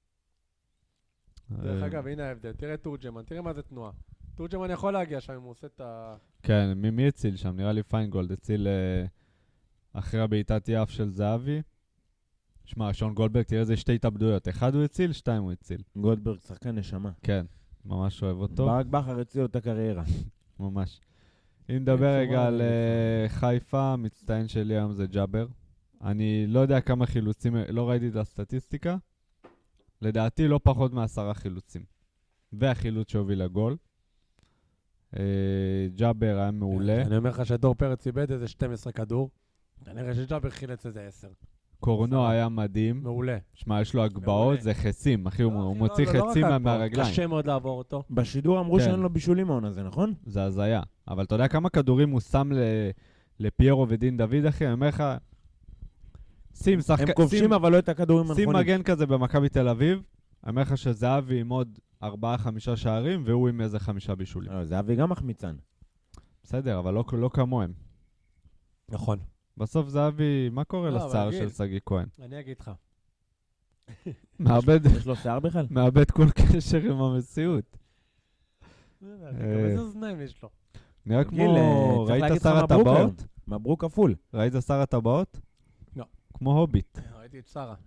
דרך אה, אגב, הנה ההבדל, תראה תורג'מן, תראה מה זה תנועה. תורג'מן יכול להגיע שם אם הוא עושה את ה... כן, מי מי הציל שם? נראה לי פיינגולד הציל אה, אחרי הבעיטת יף של זהבי. שמע, שון גולדברג, תראה איזה שתי התאבדויות. אחד הוא הציל, שתיים הוא הציל. גולדברג, שחקן נשמה. כן, ממש אוהב אותו. ברק בכר הציל לו את הקריירה. ממש. אם נדבר צורה רגע על נדיפה. אה, חיפה, מצטיין שלי היום זה ג'אבר. אני לא יודע כמה חילוצים, לא ראיתי את הסטטיסטיקה. לדעתי לא פחות מעשרה חילוצים. והחילוץ שהוביל לגול. אה, ג'אבר היה מעולה. אני אומר לך שדור פרץ איבד איזה שתים עשרה כדור. כנראה שג'אבר חילץ איזה עשר. קורנו עשרה. היה מדהים. מעולה. שמע, יש לו מעולה. הגבהות, זה חצים, אחי, הוא לא, הוא אחי, מוציא לא, לא, לא חצים רק מה- הגבוה. מהרגליים. קשה מאוד לעבור אותו. בשידור אמרו כן. שאין לו בישולים העונה הזה, נכון? זה הזיה. אבל אתה יודע כמה כדורים הוא שם ל- לפיירו ודין דוד, אחי? אני אומר לך, שים שחק... הם כובשים שים- אבל לא את הכדורים שים הנכונים. מגן כזה במכבי תל אביב, אני אומר לך שזהבי עם עוד ארבעה, חמישה שערים, והוא עם איזה חמישה בישולים. לא, זהבי גם מחמיצן. בסדר, אבל לא, לא כמוהם. נכון. בסוף זהבי, מה קורה לא, אבל לשיער גיל. של שגיא כהן? אני אגיד לך. מאבד, יש לו שיער בכלל? מאבד כל קשר עם המציאות. גם איזה אוזניים יש לו. נראה גיל, כמו... אה, צריך ראית להגיד לך שר מברוק היום. הטבעות? מברוק כפול. ראית שר הטבעות? לא. כמו הוביט. ראיתי את שרה.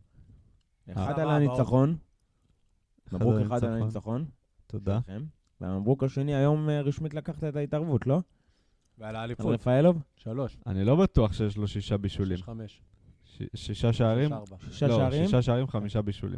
אחד אה, על מה, הניצחון. מברוק על אחד על הניצחון. הניצחון. תודה. שלכם. והמברוק השני, היום אה, רשמית לקחת את ההתערבות, לא? ועל על האליפות. רפאלוב? שלוש. אני לא בטוח שיש לו שישה בישולים. שש חמש. ש- שישה שערים? שש ארבע. שישה לא, שערים? שישה שערים, חמישה בישולים.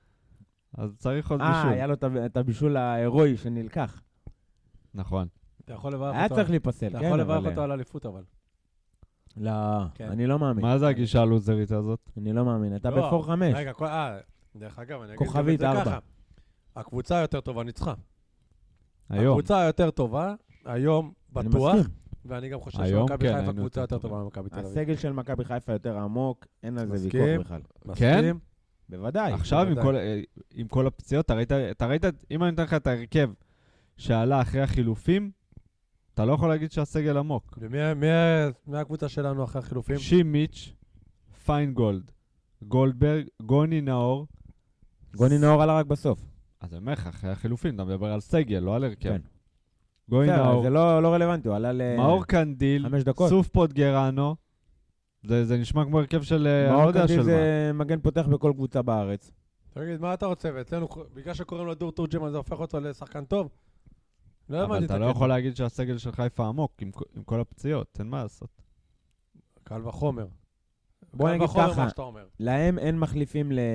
אז צריך עוד אה, בישול. היה לו את ה- את הבישול ההירואי שנלקח. נכון. אתה יכול לברך היה אותו. צריך להיפסל, אתה כן, יכול אבל... לברך אותו על אליפות, אבל. לא, כן. אני לא מאמין. מה זה הגישה הלוזרית הזאת? אני לא מאמין. אתה לא, בפור חמש. רגע, כל- אה, דרך אגב, אני אגיד גם כוכבית את זה ארבע. ככה. הקבוצה היותר טובה ניצחה. היום. הקבוצה היותר טובה, היום אני בטוח, מסכים. ואני גם חושב היום שמכבי כן, חיפה היינו קבוצה יותר יותר טובה ממכבי תל אביב. הסגל של מכבי חיפה יותר עמוק, אין על זה מסכים. ויכוח בכלל. כן? מסכים? בוודאי. עכשיו עם בוודאי. כל, אה, עם כל הפציעות, אתה ראית, אתה ראית, אם אני אתן לך את ההרכב שעלה אחרי החילופים, אתה לא יכול להגיד שהסגל עמוק. ומי מי- מי הקבוצה שלנו אחרי החילופים? שימיץ', פיינגולד, גולדברג, גוני נאור. גוני נאור עלה רק בסוף. אז אני אומר לך, אחרי החילופים, אתה מדבר על סגל, לא על הרכב. כן. גוני בסדר, נאור, זה לא לא רלוונטי, הוא עלה ל... מאור קנדיל, חמש דקות. סוף פוטגרנו. זה זה נשמע כמו הרכב של, אה, אני לא מאור יודע של קנדיל מה. זה מגן פותח בכל קבוצה בארץ. תגיד, מה אתה רוצה? ואצלנו, בגלל שקוראים לו דור תורג'מן, זה הופך אותו לשחקן טוב? לא אבל הבנתי את אתה לא הקטע. יכול להגיד שהסגל של חיפה עמוק עם כל- עם כל הפציעות, אין מה לעשות. קל וחומר. בוא קל נגיד וחומר ככה. מה שאתה אומר. להם אין מחליפים ל...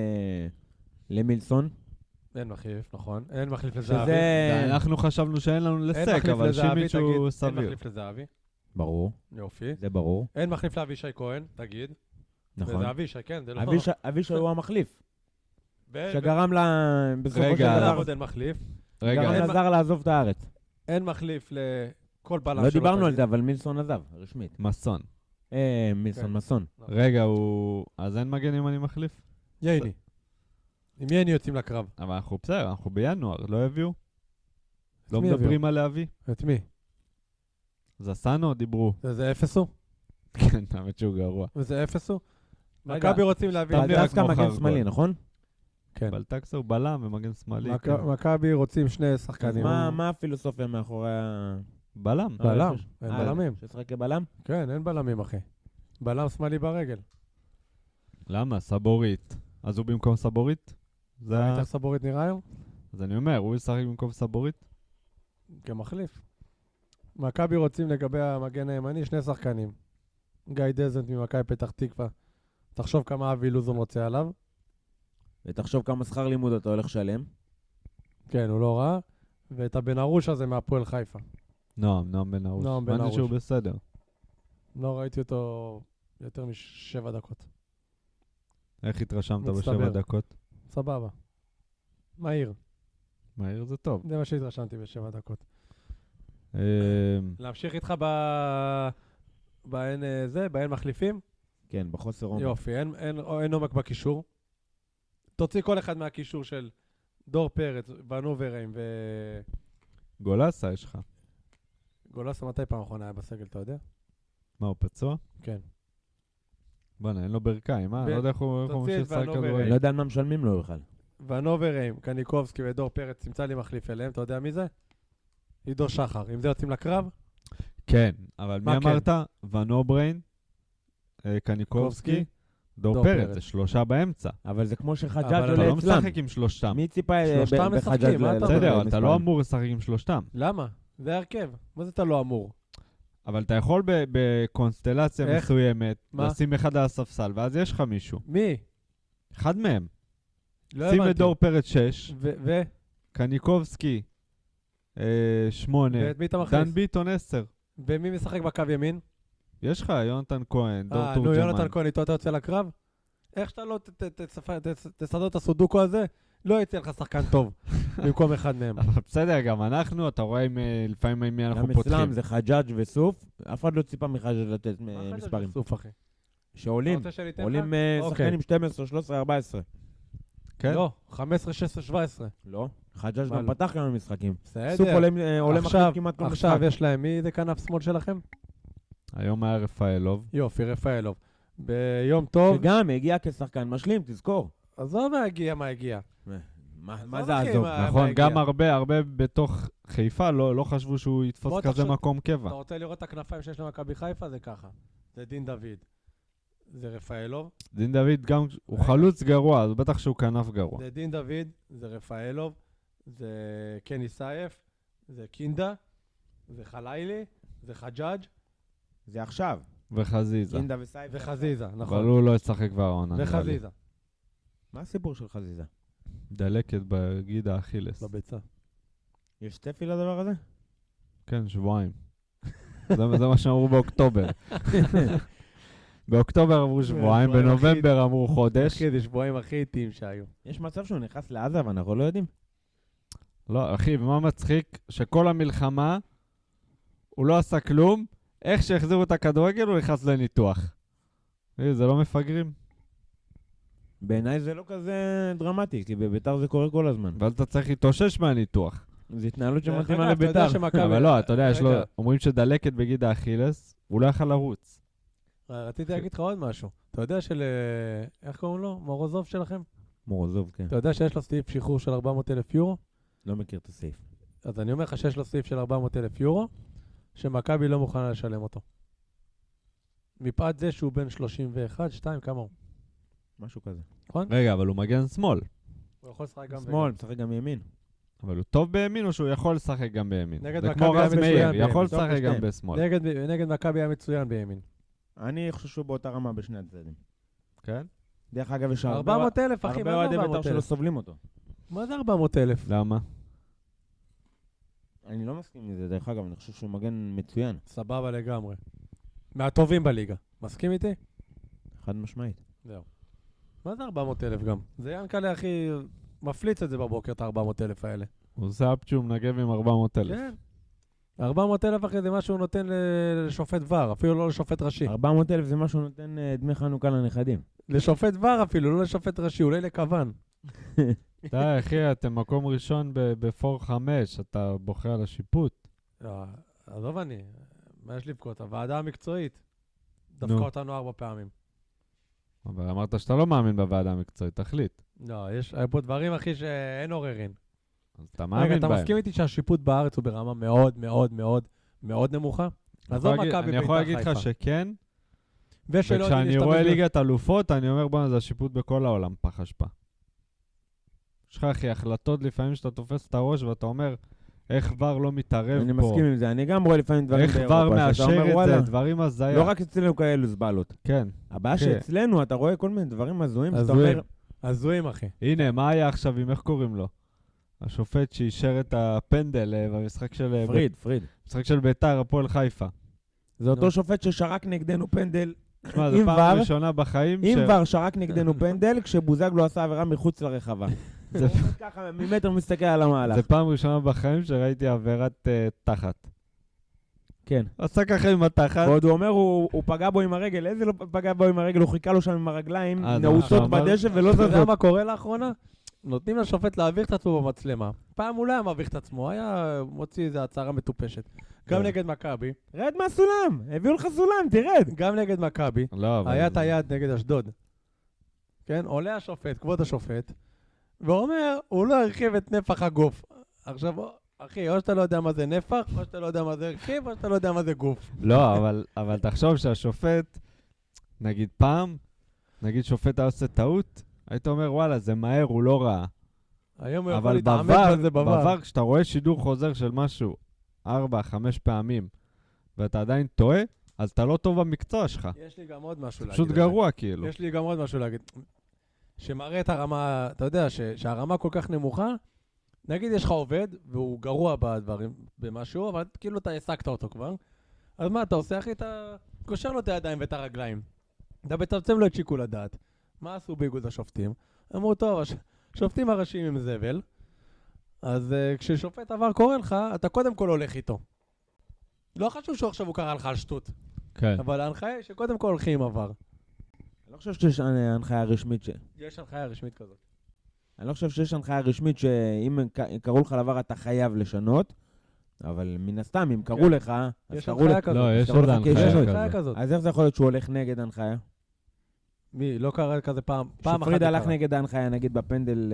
למילסון, אין מחליף, נכון. אין מחליף לזהבי. שזה... אנחנו חשבנו שאין לנו אין לסק, מחליף אבל לזהבי, שימיץ' תגיד. הוא אין סביר. מחליף לזהבי. ברור, יופי. זה ברור. אין מחליף לאבישי כהן, תגיד. נכון. וזה אבישי, כן, זה לא... אבישי- אבישי הוא המחליף, ב- שגרם לה... בסופו רגע, של עליו. דבר, לעבוד אין מחליף. רגע, גרם אין לזר לעזוב את הארץ. אין מחליף לכל בלם לא שלו, דיברנו על תגיד. זה, אבל מילסון עזב, רשמית. מסון. אה, מילסון כן. מסון. רגע, הוא... אז אין מגן אם אני מחליף? ייני. עם ייני יוצאים לקרב. אבל אנחנו בסדר, אנחנו בינואר, לא הביאו? לא מי מדברים על להביא? את מי? זסנו דיברו. זה- זה אפס הוא? כן, האמת שהוא גרוע. וזה אפס הוא? רגע, מכבי רוצים להביא... סתם לי רק דווקא כמו מגן חרגול. שמאלי, נכון? כן. בלטקסה הוא בלם ומגן שמאלי. מכ- כן. מכבי רוצים שני אז שחקנים. מה מה הפילוסופיה מאחורי ה... בלם. בלם, ש- אין אה, בלמים. ששחק כבלם? כן, אין בלמים, אחי. בלם שמאלי ברגל. למה? סבורית. אז הוא במקום סבורית? זה ה... ראית איך סבורית נראה היום? אז אני אומר, הוא ישחק במקום סבורית? כמחליף. מכבי רוצים לגבי המגן הימני שני שחקנים. גיא דזנט ממכבי פתח תקווה. תחשוב כמה אבי לוזון רוצה עליו. ותחשוב כמה שכר לימוד אתה הולך לשלם. כן, הוא לא רע. ואת הבן ארוש הזה מהפועל חיפה. נועם, נועם בן ארוש. נועם בן הבנתי ארוש. שהוא בסדר. לא ראיתי אותו יותר משבע דקות. איך התרשמת מצטבר. בשבע דקות? סבבה. מהיר. מהיר זה טוב. זה מה שהתרשמתי בשבע דקות. אה, להמשיך איתך ב... באין אה, זה, באין מחליפים? כן, בחוסר עומק. יופי, אין, אין, אין עומק בקישור. תוציא כל אחד מהקישור של דור פרץ, ונוברים ו... גולסה יש לך. גולסה מתי פעם אחרונה היה בסגל, אתה יודע? מה, הוא פצוע? כן. בוא'נה, אין לו ברכיים, אה? ב- אני לא יודע איך הוא איך הוא תוציא את ממשיך לשחק ונובר. אני כדורגל. לא יודע על מה משלמים לו בכלל. ונוברים, קניקובסקי ודור פרץ, תמצא לי מחליף אליהם, אתה יודע מי זה? עידו שחר. עם זה יוצאים לקרב? כן, אבל מי מה כן? אמרת? ונובריין, אה, קניקובסקי, דור דור פרץ, פרץ. זה שלושה באמצע. אבל זה כמו שחג'אג' אבל אתה עולה לא אצלם. משחק עם שלושתם. מי ציפה אה, שלושתם ב- משחקים, בחג'אג' מה אתה ל- אומר? בסדר, אבל אתה לא למספרים? אמור לשחק עם שלושתם. למה? זה הרכב. מה זה אתה לא אמור? אבל אתה יכול ב- בקונסטלציה איך? מסוימת, מה? לשים אחד על הספסל, ואז יש לך מישהו. מי? אחד מהם. לא שים הבנתי. את דור פרץ שש, ו... ו... קניקובסקי אה, שמונה, ואת מי אתה מכניס? דן ביטון עשר. ומי משחק בקו ימין? יש לך יונתן כהן, דור אה, נו, תורג'מן. יונתן כהן, איתו אתה יוצא לקרב? איך שאתה לא ת- ת- תצפ- ת- תסדר את הסודוקו הזה, לא יצא לך שחקן טוב במקום אחד מהם. אבל בסדר, גם אנחנו, אתה רואה עם, אה, לפעמים עם מי אנחנו גם פותחים. אצלם זה חג'אג' וסוף, אף אחד לא ציפה מחג'אג' לתת מה אה, חדש מספרים. בסוף, אחי? שעולים, אתה רוצה שאני אתן לך? עולים אה, אוקיי. שחקנים שתים עשרה, שלוש עשרה, ארבע עשרה. כן? לא, חמש עשרה, שש עשרה, שבע עשרה. לא, חג'אג' מה גם לא? פתח כמה משחקים. בסדר. סוף עולה אה, עולה עכשיו- מחליף כמעט כל משחק. עכשיו יש להם, מי זה כנף שמאל שלכם? היום היה רפאלוב. יופי, רפאלוב. ביום טוב, וגם הגיע כשחקן משלים, תזכור. עזוב מה הגיע, מה הגיע. מה עזוב, מה זה אחי, עזוב? מה- נכון, הגיע? גם הרבה, הרבה בתוך חיפה לא לא חשבו שהוא יתפוס בוא כזה תחשוב- מקום קבע. אתה רוצה לראות את הכנפיים שיש למכבי חיפה? זה ככה. זה דין דוד. זה רפאלוב. דין דוד גם, הוא חלוץ גרוע, אז בטח שהוא כנף גרוע. זה דין דוד, זה רפאלוב, זה קני סייף, זה קינדה, זה חלילי, זה חג'אג' זה עכשיו. וחזיזה. קינדה וסייף. וחזיזה, אבל נכון. הוא לא ישחק כבר העונה. נראה לי. וחזיזה, מה הסיפור של חזיזה? דלקת בגיד האכילס. בביצה. יש צפי לדבר הזה? כן, שבועיים. זה זה מה שאמרו באוקטובר. באוקטובר אמרו שבועיים, שבועיים, אחי. בנובמבר אמרו חודש. אחי, זה שבועיים הכי איטיים שהיו. יש מצב שהוא נכנס לעזה ואנחנו לא יודעים? לא, אחי, ומה מצחיק? שכל המלחמה, הוא לא עשה כלום, איך שהחזירו את הכדורגל הוא נכנס לניתוח. אה, זה לא מפגרים. בעיניי זה לא כזה דרמטי, כי בביתר זה קורה כל הזמן. אבל אתה צריך להתאושש מהניתוח. זו התנהלות דרך שמתאימה אגב, אתה יודע לביתר. שמכבי- אבל לא, אתה יודע, יש לו, רגע, אומרים שדלקת בגיד האכילס, הוא לא יכל לרוץ. רציתי להגיד לך עוד משהו. אתה יודע של... אה, איך קוראים לו? מורוזוב שלכם? מורוזוב, כן. אתה יודע שיש לו סעיף שחרור של ארבע מאות אלף יורו? לא מכיר את הסעיף. אז אני אומר לך שיש לו סעיף של ארבע מאות אלף יורו, שמכבי לא מוכנה לשלם אותו. מפאת זה שהוא בן שלושים ואחת, שתיים, כמה הוא? משהו כזה. רגע, אבל הוא מגן שמאל. הוא יכול לשחק גם שמאל, משחק גם ימין. אבל הוא טוב בימין או שהוא יכול לשחק גם בימין? נגד זה מכבי כמו היה רז מצוין מאיר, בימין. יכול טוב לשחק גם בשתיהם. בשמאל. נגד, נגד מכבי היה מצוין בימין. אני חושב שהוא באותה רמה בשני הצדדים. כן? דרך אגב, יש הרבה ארבע מאות אלף, אחי, הרבה מה זה אוהדי ארבע ביתר מאות שלא אלף? סובלים אותו. מה זה ארבע מאות אלף? למה? אני לא מסכים עם זה, דרך אגב, אני חושב שהוא מגן מצוין. סבבה לגמרי. מהטובים בליגה. מסכים איתי? חד משמעית. זהו. מה זה ארבע מאות אלף גם? זה ינקלה, אחי, מפליץ את זה בבוקר, את ה-ארבע מאות אלף האלה. הוא עושה אפ שהוא מנגב עם ארבע מאות אלף. כן. ארבע מאות אלף, אחי, זה מה שהוא נותן ל- לשופט ור, אפילו לא לשופט ראשי. ארבע מאות אלף זה מה שהוא נותן אה, דמי חנוכה לנכדים. לשופט ור אפילו, לא לשופט ראשי, אולי לכוון. די, אחי, אתם מקום ראשון ב- בפור חמש, אתה בוחר על השיפוט. לא, עזוב אני, מה יש לבכות? הוועדה המקצועית. דווקא אותנו ארבע פעמים. אבל אמרת שאתה לא מאמין בוועדה המקצועית, תחליט. לא, יש פה דברים, אחי, שאין עוררין. אז אתה מאמין רגע, בהם. אתה מסכים איתי שהשיפוט בארץ הוא ברמה מאוד מאוד מאוד מאוד נמוכה? עזוב מכבי בית"ר חיפה. אני יכול להגיד לך שכן, ושלא וכשאני רואה ליגת אלופות, אני אומר, בוא, זה השיפוט בכל העולם, פח אשפה. יש לך, אחי, החלטות לפעמים שאתה תופס את הראש ואתה אומר, איך כבר לא מתערב פה. אני מסכים עם זה, אני גם רואה לפעמים דברים באירופה. איך כבר מאשר את זה, דברים הזיה. לא רק אצלנו כאלו זבלות. כן. הבעיה שאצלנו, אתה רואה כל מיני דברים הזויים. הזויים. הזויים, אחי. הנה, מה היה עכשיו עם איך קוראים לו? השופט שאישר את הפנדל במשחק של... פריד, פריד. משחק של בית"ר, הפועל חיפה. זה אותו שופט ששרק נגדנו פנדל. תשמע, זו פעם ראשונה בחיים ש... אם כבר שרק נגדנו פנדל, כשבוזגלו עשה עבירה מחוץ לרחבה. זה ככה, ממטר מסתכל על המהלך. זה פעם ראשונה בחיים שראיתי עבירת תחת. כן. עשה ככה עם התחת. ועוד הוא אומר, הוא פגע בו עם הרגל. איזה לא פגע בו עם הרגל? הוא חיכה לו שם עם הרגליים, נעוצות בדשא ולא זזות. אתה יודע מה קורה לאחרונה? נותנים לשופט להעביר את עצמו במצלמה. פעם הוא לא היה מעביר את עצמו, היה מוציא איזו הצהרה מטופשת. גם נגד מכבי. רד מהסולם, הביאו לך סולם, תרד. גם נגד מכבי. היה את היד נגד אשדוד. כן? עולה השופט, כבוד השופט, ואומר, הוא לא הרחיב את נפח הגוף. עכשיו, אחי, או שאתה לא יודע מה זה נפח, או שאתה לא יודע מה זה הרחיב, או שאתה לא יודע מה זה גוף. לא, אבל, אבל תחשוב שהשופט, נגיד פעם, נגיד שופט היה עושה טעות, היית אומר, וואלה, זה מהר, הוא לא רע. היום הוא יכול להתעמד בזה בבר. אבל בעבר, כשאתה רואה שידור חוזר של משהו, ארבע, חמש פעמים, ואתה עדיין טועה, אז אתה לא טוב במקצוע שלך. יש לי גם עוד משהו להגיד. פשוט גרוע, כאילו. יש לי גם עוד משהו להגיד. שמראה את הרמה, אתה יודע, ש, שהרמה כל כך נמוכה, נגיד יש לך עובד, והוא גרוע בדברים, במשהו, אבל כאילו אתה העסקת אותו כבר, אז מה אתה עושה, אחי? אתה קושר לו את הידיים ואת הרגליים. אתה מצמצם לו את שיקול הדעת. מה עשו באיגוד השופטים? אמרו, טוב, השופטים הראשיים עם זבל, אז uh, כששופט עבר קורא לך, אתה קודם כל הולך איתו. לא חשוב שהוא עכשיו הוא קרא לך על שטות. כן. אבל ההנחיה היא שקודם כל הולכים עבר. אני לא חושב שיש הנחיה רשמית ש... יש הנחיה רשמית כזאת. אני לא חושב שיש הנחיה רשמית שאם קראו לך דבר אתה חייב לשנות, אבל מן הסתם, אם קראו לך, אז קראו לך... לא, יש עוד הנחיה כזאת. אז איך זה יכול להיות שהוא הולך נגד הנחיה? מי? לא קרא כזה פעם, פעם אחת. שפריד הלך נגד ההנחיה, נגיד בפנדל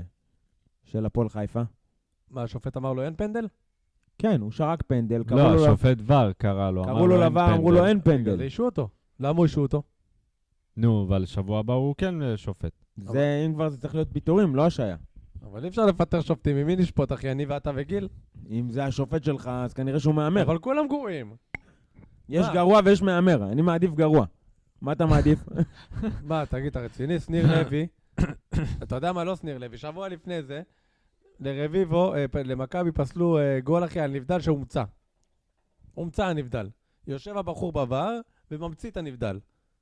של הפועל חיפה. מה, השופט אמר לו אין פנדל? כן, הוא שרק פנדל. לא, השופט ור קרא לו. קראו לו לבר, אמרו לו אין פנדל. זה אישו אותו. למה הוא אישו אותו? נו, אבל שבוע הבא הוא כן שופט. זה, אם כבר זה צריך להיות פיתורים, לא השעיה. אבל אי אפשר לפטר שופטים, ממי נשפוט, אחי, אני ואתה וגיל? אם זה השופט שלך, אז כנראה שהוא מאמר. אבל כולם גרועים. יש גרוע ויש מאמר, אני מעדיף גרוע. מה אתה מעדיף? מה, תגיד, אתה רציני? שניר לוי, אתה יודע מה, לא שניר לוי, שבוע לפני זה, לרביבו, למכבי פסלו גול אחי על נבדל שהומצא. הומצא הנבדל. יושב הבחור בעבר וממציא את הנבדל.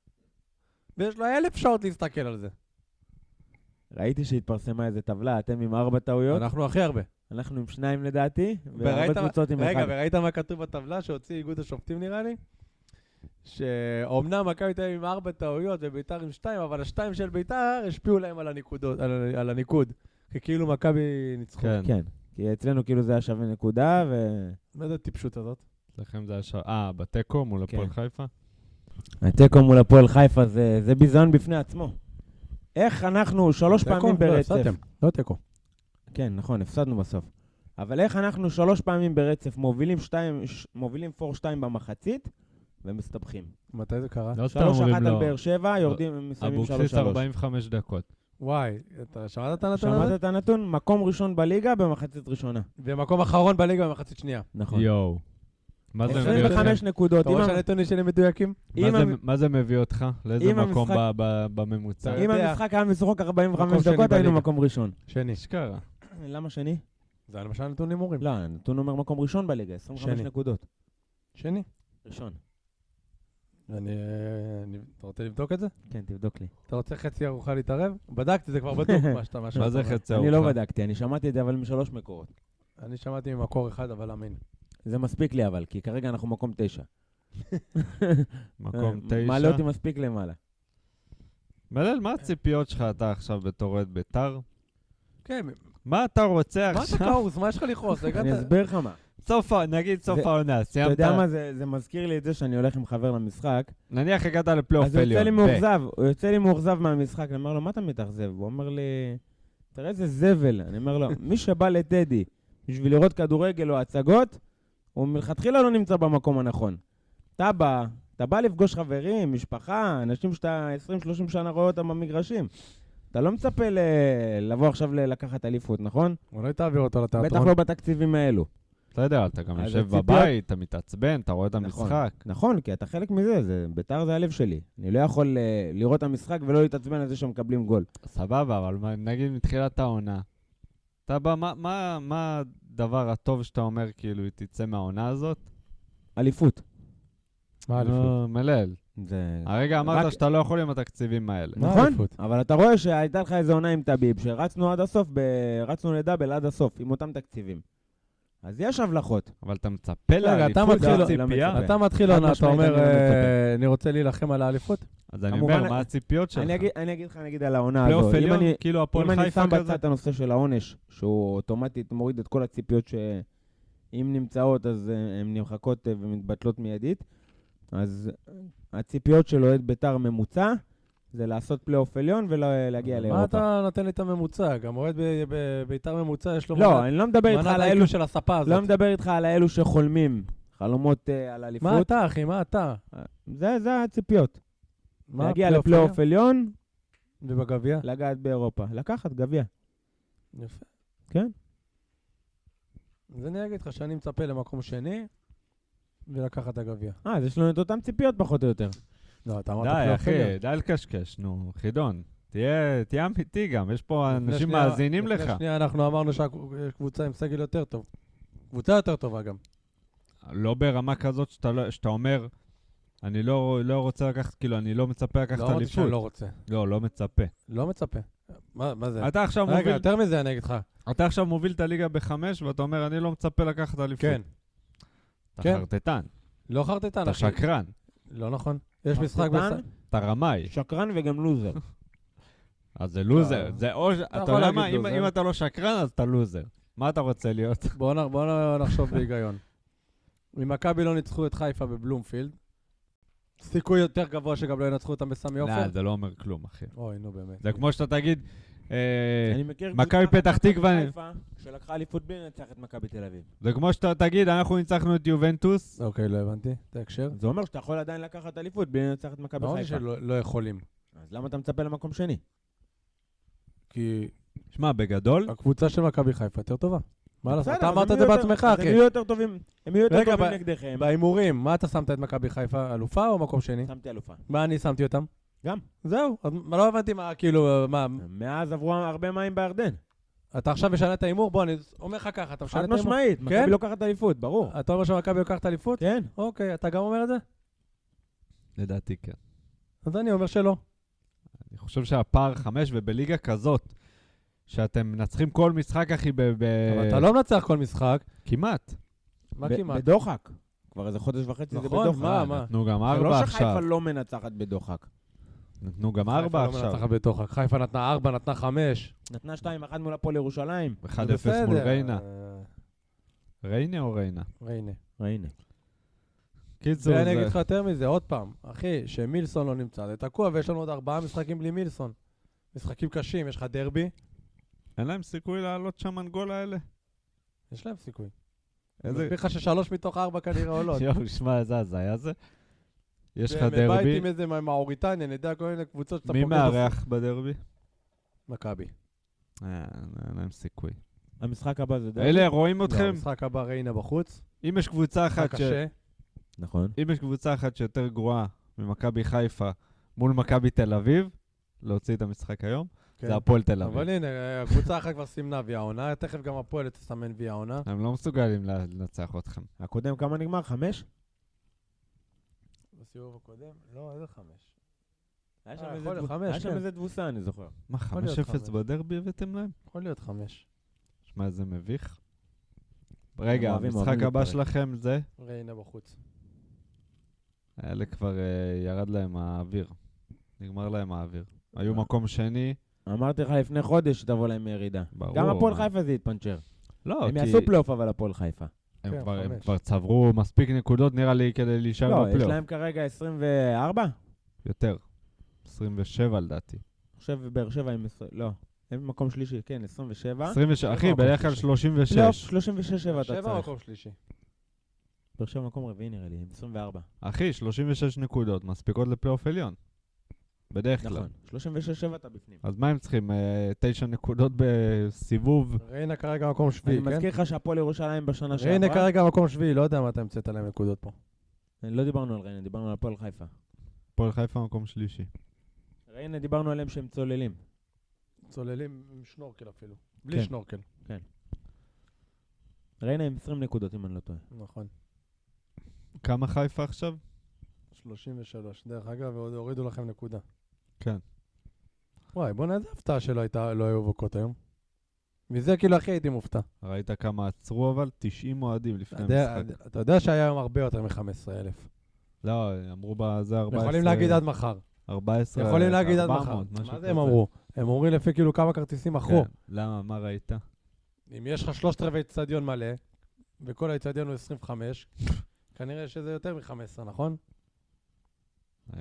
ויש לו אלף שעות להסתכל על זה. ראיתי שהתפרסמה איזה טבלה, אתם עם ארבע טעויות. אנחנו הכי הרבה. אנחנו עם שניים לדעתי, והרבה קבוצות עם אחד. רגע, וראית מה כתוב בטבלה שהוציא איגוד השופטים נראה לי? שאומנם מכבי תל אביב עם ארבע טעויות וביתר עם שתיים, אבל השתיים של ביתר השפיעו להם על הניקודות, על, על הניקוד. כי כאילו מכבי ניצחו. כן. כן, כי אצלנו כאילו זה היה שווה נקודה ו... מה זה הטיפשות הזאת? לכם זה היה שווה... אה, בטקו מול הפועל חיפה? הטקו מול הפועל חיפה זה, זה ביזיון בפני עצמו. איך אנחנו שלוש פעמים ברצף... לא טקו. כן, נכון, הפסדנו בסוף. אבל איך אנחנו שלוש פעמים ברצף מובילים שתיים, מובילים פור שתיים במחצית ומסתבכים. מתי זה קרה? לא שלוש אחת על באר שבע, יורדים, מסיימים שלוש שלוש. אבוקסיס ארבעים וחמש דקות. וואי, אתה שמעת את הנתון הזה? שמעת את הנתון? מקום ראשון בליגה במחצית ראשונה. ומקום אחרון בליגה במחצית שנייה. נכון. יואו. מה זה מביא אותך? עשרים וחמש נקודות. אתה רואה שהנתונים שלי מדויקים? מה זה מביא אותך? לאיזה מקום בממוצע? אם המשחק היה משחק ארבעים וחמש דקות, היינו מקום ראשון. שני. שקרה. למה שני? זה למשל נתונים אומרים. לא, הנתון אומר מקום ראשון בליגה, עשרים וחמש נקודות. שני? ראשון. אני... אתה רוצה לבדוק את זה? כן, תבדוק לי. אתה רוצה חצי ארוחה להתערב? בדקתי, זה כבר בדוק מה שאתה... מה זה חצי ארוחה? אני לא בדקתי, אני שמעתי את זה אבל משלוש מקורות. אני שמעתי ממקור אחד, אבל אמין. זה מספיק לי אבל, כי כרגע אנחנו מקום תשע. מקום תשע? מעלה אותי מספיק למעלה. מלל, מה הציפיות שלך אתה עכשיו בתור אוהד בית"ר? כן. מה אתה רוצה עכשיו? מה אתה קאוס? מה יש לך לכעוס? אני אסביר לך מה. סוף, נגיד סוף העונה, סיימת... אתה יודע מה, זה מזכיר לי את זה שאני הולך עם חבר למשחק. נניח הגעת לפלייאוף עליון. אז הוא יוצא לי עליון. מאוכזב, הוא יוצא לי מאוכזב מהמשחק, אני אומר לו, מה אתה מתאכזב? הוא אומר לי, תראה איזה זבל. אני אומר לו, מי שבא לטדי בשביל לראות כדורגל או הצגות, הוא מלכתחילה לא נמצא במקום הנכון. אתה בא, אתה בא לפגוש חברים, משפחה, אנשים שאתה עשרים שלושים שנה רואה אותם במגרשים. אתה לא מצפה לבוא עכשיו לקחת אליפות, נכון? אולי תעביר אותו לתיאטרון. בטח לא בתקציבים האלו. אתה יודע, אתה גם יושב בבית, אתה מתעצבן, אתה רואה את המשחק. נכון, כי אתה חלק מזה, בית"ר זה הלב שלי. אני לא יכול לראות את המשחק ולא להתעצבן על זה שמקבלים גול. סבבה, אבל נגיד מתחילת העונה, אתה בא, מה הדבר הטוב שאתה אומר, כאילו, היא תצא מהעונה הזאת? אליפות. מה אליפות? מלל. זה... הרגע אמרת שאתה לא יכול עם התקציבים האלה. נכון, אבל אתה רואה שהייתה לך איזו עונה עם טביב, שרצנו עד הסוף, רצנו לדאבל עד הסוף, עם אותם תקציבים. אז יש הבלחות. אבל אתה מצפה לאליפות, זה הציפייה. אתה מתחיל עונה, אתה אומר, אני רוצה להילחם על האליפות? אז אני אומר, מה הציפיות שלך? אני אגיד לך, נגיד על העונה הזו. פלייאוף עליון, כאילו הפועל חיפה כזה. אם אני שם בצד את הנושא של העונש, שהוא אוטומטית מוריד את כל הציפיות שאם נמצאות, אז הן נמחקות ומתבטלות מיידית. אז הציפיות של אוהד בית"ר ממוצע, זה לעשות פלייאוף עליון ולהגיע לאירופה. מה אתה נותן לי את הממוצע? גם אוהד בית"ר ממוצע יש לו... לא, אני לא מדבר איתך על האלו של הספה הזאת. לא מדבר איתך על האלו שחולמים, חלומות על אליפות. מה אתה, אחי? מה אתה? זה, זה הציפיות. להגיע לפלייאוף עליון. ובגביע? לגעת באירופה. לקחת גביע. יפה. כן. אז אני אגיד לך שאני מצפה למקום שני, ולקחת את הגביע. אה, אז יש לנו את אותם ציפיות פחות או יותר. לא, אתה אמרת די, אחי, די לקשקש, נו, חידון. תהיה אמיתי גם, יש פה אנשים מאזינים לך. לפני שנייה אנחנו אמרנו שהקבוצה עם סגל יותר טוב. קבוצה יותר טובה גם. לא ברמה כזאת שאתה אומר, אני לא רוצה לקחת, כאילו, אני לא מצפה לקחת אליפות. לא אמרתי שאני לא רוצה. לא, לא מצפה. לא מצפה. מה זה? אתה עכשיו מוביל... רגע, יותר מזה אני אגיד לך. אתה עכשיו מוביל את הליגה בחמש, ואתה אומר, אני לא מצפה לקחת אליפות. כן. אתה חרטטן. לא חרטטן, אחי. אתה שקרן. לא נכון. יש משחק... אתה רמאי. שקרן וגם לוזר. אז זה לוזר. זה או... אתה יודע מה, אם אתה לא שקרן, אז אתה לוזר. מה אתה רוצה להיות? בואו נחשוב בהיגיון. אם מכבי לא ניצחו את חיפה בבלומפילד, סיכוי יותר גבוה שגם לא ינצחו אותם בסמי עופר? לא, זה לא אומר כלום, אחי. אוי, נו באמת. זה כמו שאתה תגיד, מכבי פתח תקווה... שלקחה אליפות בלי לנצח את מכבי תל אביב. זה כמו שאתה תגיד, אנחנו ניצחנו את יובנטוס. אוקיי, לא הבנתי. את ההקשר. זה אומר שאתה יכול עדיין לקחת אליפות בלי לנצח את מכבי חיפה. לא שלא יכולים. אז למה אתה מצפה למקום שני? כי... שמע, בגדול... הקבוצה של מכבי חיפה יותר טובה. מה לעשות? אתה אמרת את זה בעצמך, אחי. הם יהיו יותר טובים, הם יהיו יותר טובים נגדכם. בהימורים, מה אתה שמת את מכבי חיפה? אלופה או מקום שני? שמתי אלופה. מה אני שמתי אותם? גם. זהו, אז לא הבנתי מה, כאילו, מה... מאז עברו הרבה מים בירדן. אתה עכשיו משנה את האימור? בוא, אני אומר לך ככה, אתה משנה את האימור? חד משמעית, מכבי לוקחת אליפות, ברור. אתה אומר שמכבי לוקחת אליפות? כן. אוקיי, אתה גם אומר את זה? לדעתי כן. אז אני אומר שלא. אני חושב שהפער חמש ובליגה כזאת, שאתם מנצחים כל משחק, אחי, ב... אבל אתה לא מנצח כל משחק. כמעט. מה כמעט? בדוחק. כבר איזה חודש וחצי זה בדוחק. נכון, מה, מה? נתנו גם ארבע עכשיו. זה לא שחיפה לא מנצחת בדוחק. נתנו גם ארבע עכשיו. חיפה לא מנצחת בדוחק. חיפה נתנה ארבע, נתנה חמש. נתנה שתיים, אחת מול הפועל ירושלים. אחד אפס מול ריינה. ריינה או ריינה? ריינה. ריינה. קיצור זה... ואני אגיד לך יותר מזה, עוד פעם. אחי, שמילסון לא נמצא, זה תקוע, ויש לנו עוד ארבעה משחקים בלי מילסון. משחקים קשים, יש לך דרבי. אין להם סיכוי לעלות שם אנגול האלה? יש להם סיכוי. איזה... אני מסביר לך ששלוש מתוך ארבע כנראה עולות. יואו, שמע, איזה הזיה זה. יש לך דרבי. ובית עם איזה מהאוריטניה, אני יודע כל מיני קבוצות שאתה פוגע. מי מארח בדרבי? מכבי. אה, אין להם סיכוי. המשחק הבא זה דרבי? אלה, רואים אתכם? המשחק הבא ריינה בחוץ. אם יש קבוצה אחת ש... נכון. אם יש קבוצה אחת שיותר גרועה ממכבי חיפה מול מכבי תל אביב, להוציא את המשחק היום, זה הפועל תל אביב. אבל הנה, הקבוצה אחת כבר סימנה ויה עונה, תכף גם הפועל תסמן ויה עונה. הם לא מסוגלים לנצח אתכם. הקודם כמה נגמר? חמש? בסיבוב הקודם? לא, איזה חמש? היה שם איזה תבוסה, אני זוכר. מה, חמש אפס בדרבי הבאתם להם? יכול להיות חמש. שמע, זה מביך. רגע, המשחק הבא שלכם זה? ריינה בחוץ. האלה כבר ירד להם האוויר. נגמר להם האוויר. היו מקום שני. אמרתי לך לפני חודש שתבוא להם מירידה. ברור. גם הפועל חיפה זה יתפנצ'ר. לא, הם יעשו פלייאוף אבל הפועל חיפה. הם כן, כבר- הם חמש. כבר צברו מספיק נקודות, נראה לי, כדי להישאר לא, יש בפלייאוף. להם כרגע עשרים וארבע? יותר. עשרים ושבע לדעתי. אני חושב באר שבע עם... עשרים, לא, הם במקום שלישי, כן, עשרים ושבע. עשרים ושש, אחי, מקום בדרך כלל שלישי. שלושים פלייאוף ושש. שלושים ושש שבע אתה שבע צריך. מקום שלישי. באר שבע מקום רביעי נראה לי, עם עשרים וארבע. אחי, שלושים ושש נקודות, מספיקות לפלייאוף עליון. בדרך כלל. נכון, שלושים ושש שבע אתה בפנים. אז מה הם צריכים? אה, תשע נקודות בסיבוב? ריינה כרגע מקום שביעי, אני כן? מזכיר לך שהפועל ירושלים בשנה שעברה. ריינה כרגע מקום שביעי, לא יודע מה אתה המצאת להם נקודות פה. לא דיברנו על ריינה, דיברנו על הפועל חיפה. הפועל חיפה מקום שלישי. ריינה דיברנו עליהם שהם צוללים. צוללים עם שנורקל אפילו. בלי כן. שנורקל. ריינה עם עשרים נקודות אם אני לא טועה. נכון. כמה חיפה עכשיו? שלושים ושלוש. דרך אגב, ועוד הורידו לכם נקודה. כן. וואי, בוא נעשה הפתעה שלא הייתה, לא היו אבוקות היום. מזה כאילו הכי הייתי מופתע. ראית כמה עצרו אבל? תשעים אוהדים אתה לפני יודע- המשחק. אתה יודע שהיה היום הרבה יותר מ-חמישה עשר אלף. לא, אמרו בזה ארבע עשרה... יכולים להגיד עד מחר. ארבע עשרה... יכולים להגיד עד מחר. ארבע מאות, משהו מה זה כזה. הם אמרו? הם אומרים לפי כאילו כמה כרטיסים מכרו. כן. למה? מה ראית? אם יש לך שלושת רבעי אצטדיון מלא, וכל האצטדיון הוא עשרים וחמש, כנראה שזה יותר מ-חמש עשרה, נכון? אה,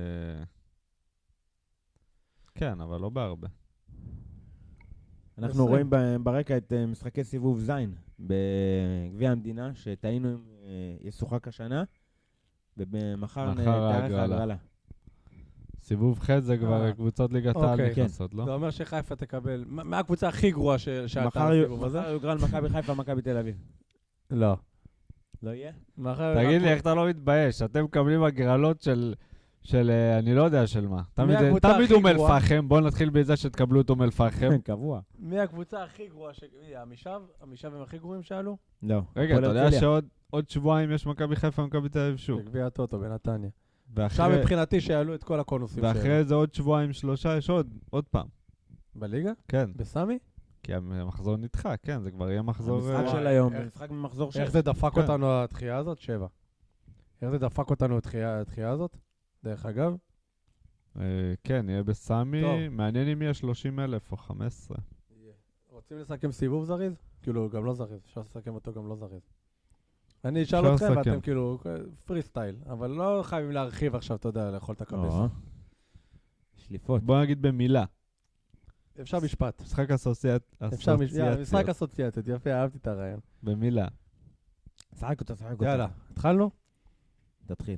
כן, אבל לא בהרבה. אנחנו עשרים. רואים ב- ברקע את אה, משחקי סיבוב זין בגביע המדינה, שטעינו אם אה, ישוחק השנה, ומחר מחר תארך ההגרלה. ההגרלה. סיבוב ח' זה כבר אה. קבוצות ליגת העל אוקיי. נכנסות, זה לא? אומר שחיפה תקבל, מה מה הקבוצה הכי גרועה ש- שעלתה מחר יו- לסיבוב הזה? מחר יוגרל מכבי חיפה, מכבי תל אביב. לא. לא יהיה? מחר- תגיד לי, איך אתה לא מתבייש? אתם מקבלים הגרלות של, של, אה, אני לא יודע של מה. תמיד זה- הקבוצה תמיד הכי אום גרועה? אל-פחם, בואו נתחיל בזה שתקבלו את אום אל-פחם. קבוע. מי הקבוצה הכי גרועה ש... מי, עמישב? עמישב הם הכי גרועים שעלו? לא. רגע, הפועל אתה יודע הרצליה. שעוד עוד שבועיים יש מכבי חיפה ומכבי תל אביב שוב. בגביע הטוטו בנתניה. עכשיו ואחרי מבחינתי שיעלו את כל הקונוסים שלהם. ואחרי זה עוד שבועיים שלושה יש עוד, עוד פעם. בליגה? כן, בסמי? כי המחזור נדחה, כן, זה כבר יהיה מחזור... המשחק אה, של היום, איך- משחק ממחזור איך שש. זה דפק כן. אותנו התחייה הזאת? שבע. איך זה דפק אותנו התחייה התחייה הזאת? דרך אגב? אה, כן, יהיה בסמי, טוב. מעניין אם יהיה שלושים אלף או חמש עשרה. רוצים לסכם סיבוב זריז? כאילו, גם לא זריז, אפשר לסכם אותו גם לא זריז. אני אשאל אפשר אתכם לסכם. ואתם כאילו פרי סטייל, אבל לא חייבים להרחיב עכשיו, אתה יודע, לאכול את הקבסה. או. שליפות. בוא נגיד במילה, אפשר משפט. משחק אסוציאט- אפשר מש- יאללה, משחק אסוציאציות, אסוציאציות, יפה, אהבתי את הרעיון. במילה. שחק אותה, שחק אותה. יאללה, התחלנו? תתחיל.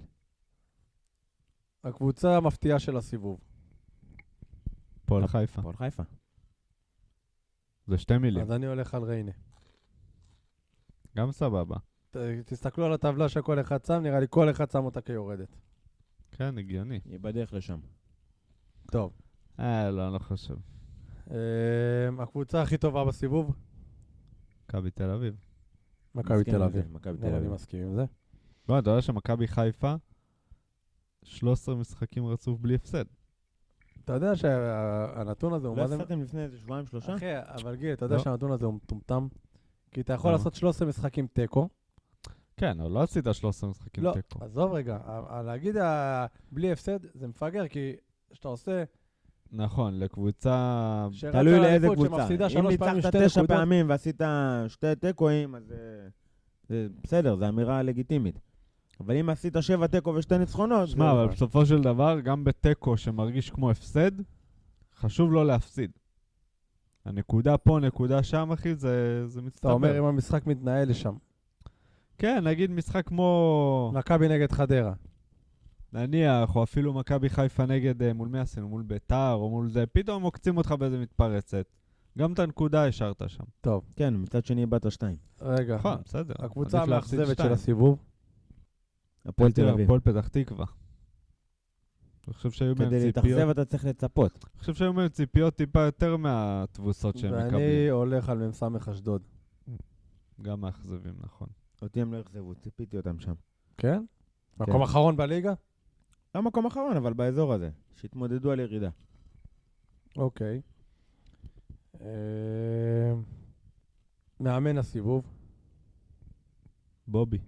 הקבוצה המפתיעה של הסיבוב. פועל חיפה. הפועל חיפה. זה שתי מילים, אז אני הולך על ריינה. גם סבבה. ת- תסתכלו על הטבלה שכל אחד שם, נראה לי כל אחד שם אותה כיורדת. כן, הגיוני. היא בדרך לשם. טוב. אה, לא, אני לא חושב. אמ, הקבוצה הכי טובה בסיבוב? מכבי תל אביב. מכבי מסכים תל עם זה, אביב. מכבי גם תל אני אביב. מסכים עם זה. לא, אתה יודע שמכבי חיפה, שלושה עשר משחקים רצוף בלי הפסד. אתה יודע שהנתון הזה הוא לא מה זה... הפסדתם לפני איזה שבועיים, שלושה? אחי, אבל גיל, אתה יודע לא. שהנתון הזה הוא מטומטם? כי אתה יכול למה? לעשות שלושה עשר משחקים תיקו. כן, אבל לא עשית שלושה עשר משחקים לא, תיקו. עזוב רגע. ה- ה- להגיד ה- בלי הפסד זה מפגר, כי כשאתה עושה... נכון, לקבוצה... שרצה תלוי לאיזה לאליפות קבוצה. שמפסידה אם שלוש פעמים ניצחת שתי תשע נקודות. פעמים ועשית שתי תיקואים, אז אה, זה בסדר, זו אמירה לגיטימית. אבל אם עשית שבע תיקו ושתי ניצחונות, שמע, זה- אבל בסופו של דבר, גם בתיקו שמרגיש כמו הפסד, חשוב לא להפסיד. הנקודה פה, נקודה שם, אחי, זה, זה מצטבר. אתה אומר אם המשחק מתנהל לשם. כן, נגיד משחק כמו... מכבי נגד חדרה. נניח, או אפילו מכבי חיפה נגד, אה, מול מי עשינו? מול ביתר, או מול זה, פתאום עוקצים אותך באיזה מתפרצת. גם את הנקודה השארת שם. טוב, כן, מצד שני איבדת שתיים. רגע. נכון, בסדר. הקבוצה עדיף להפסיד המאכזבת של שתיים. הסיבוב. הפועל תל אביב. הפועל פתח תקווה. אני חושב שהיו מהם כדי ציפיות. להתאכזב אתה צריך לצפות. אני חושב שהיו מהם ציפיות טיפה יותר מהתבוסות שהם ואני מקבלים. הולך על מ"ס אשדוד. גם מאכזבים, נכון. אותי הם לא אכזבו, ציפיתי אותם שם. כן? מקום אחרון בליגה? לא מקום אחרון, אבל באזור הזה. שהתמודדו על ירידה. אוקיי. אה, מאמן הסיבוב. בובי,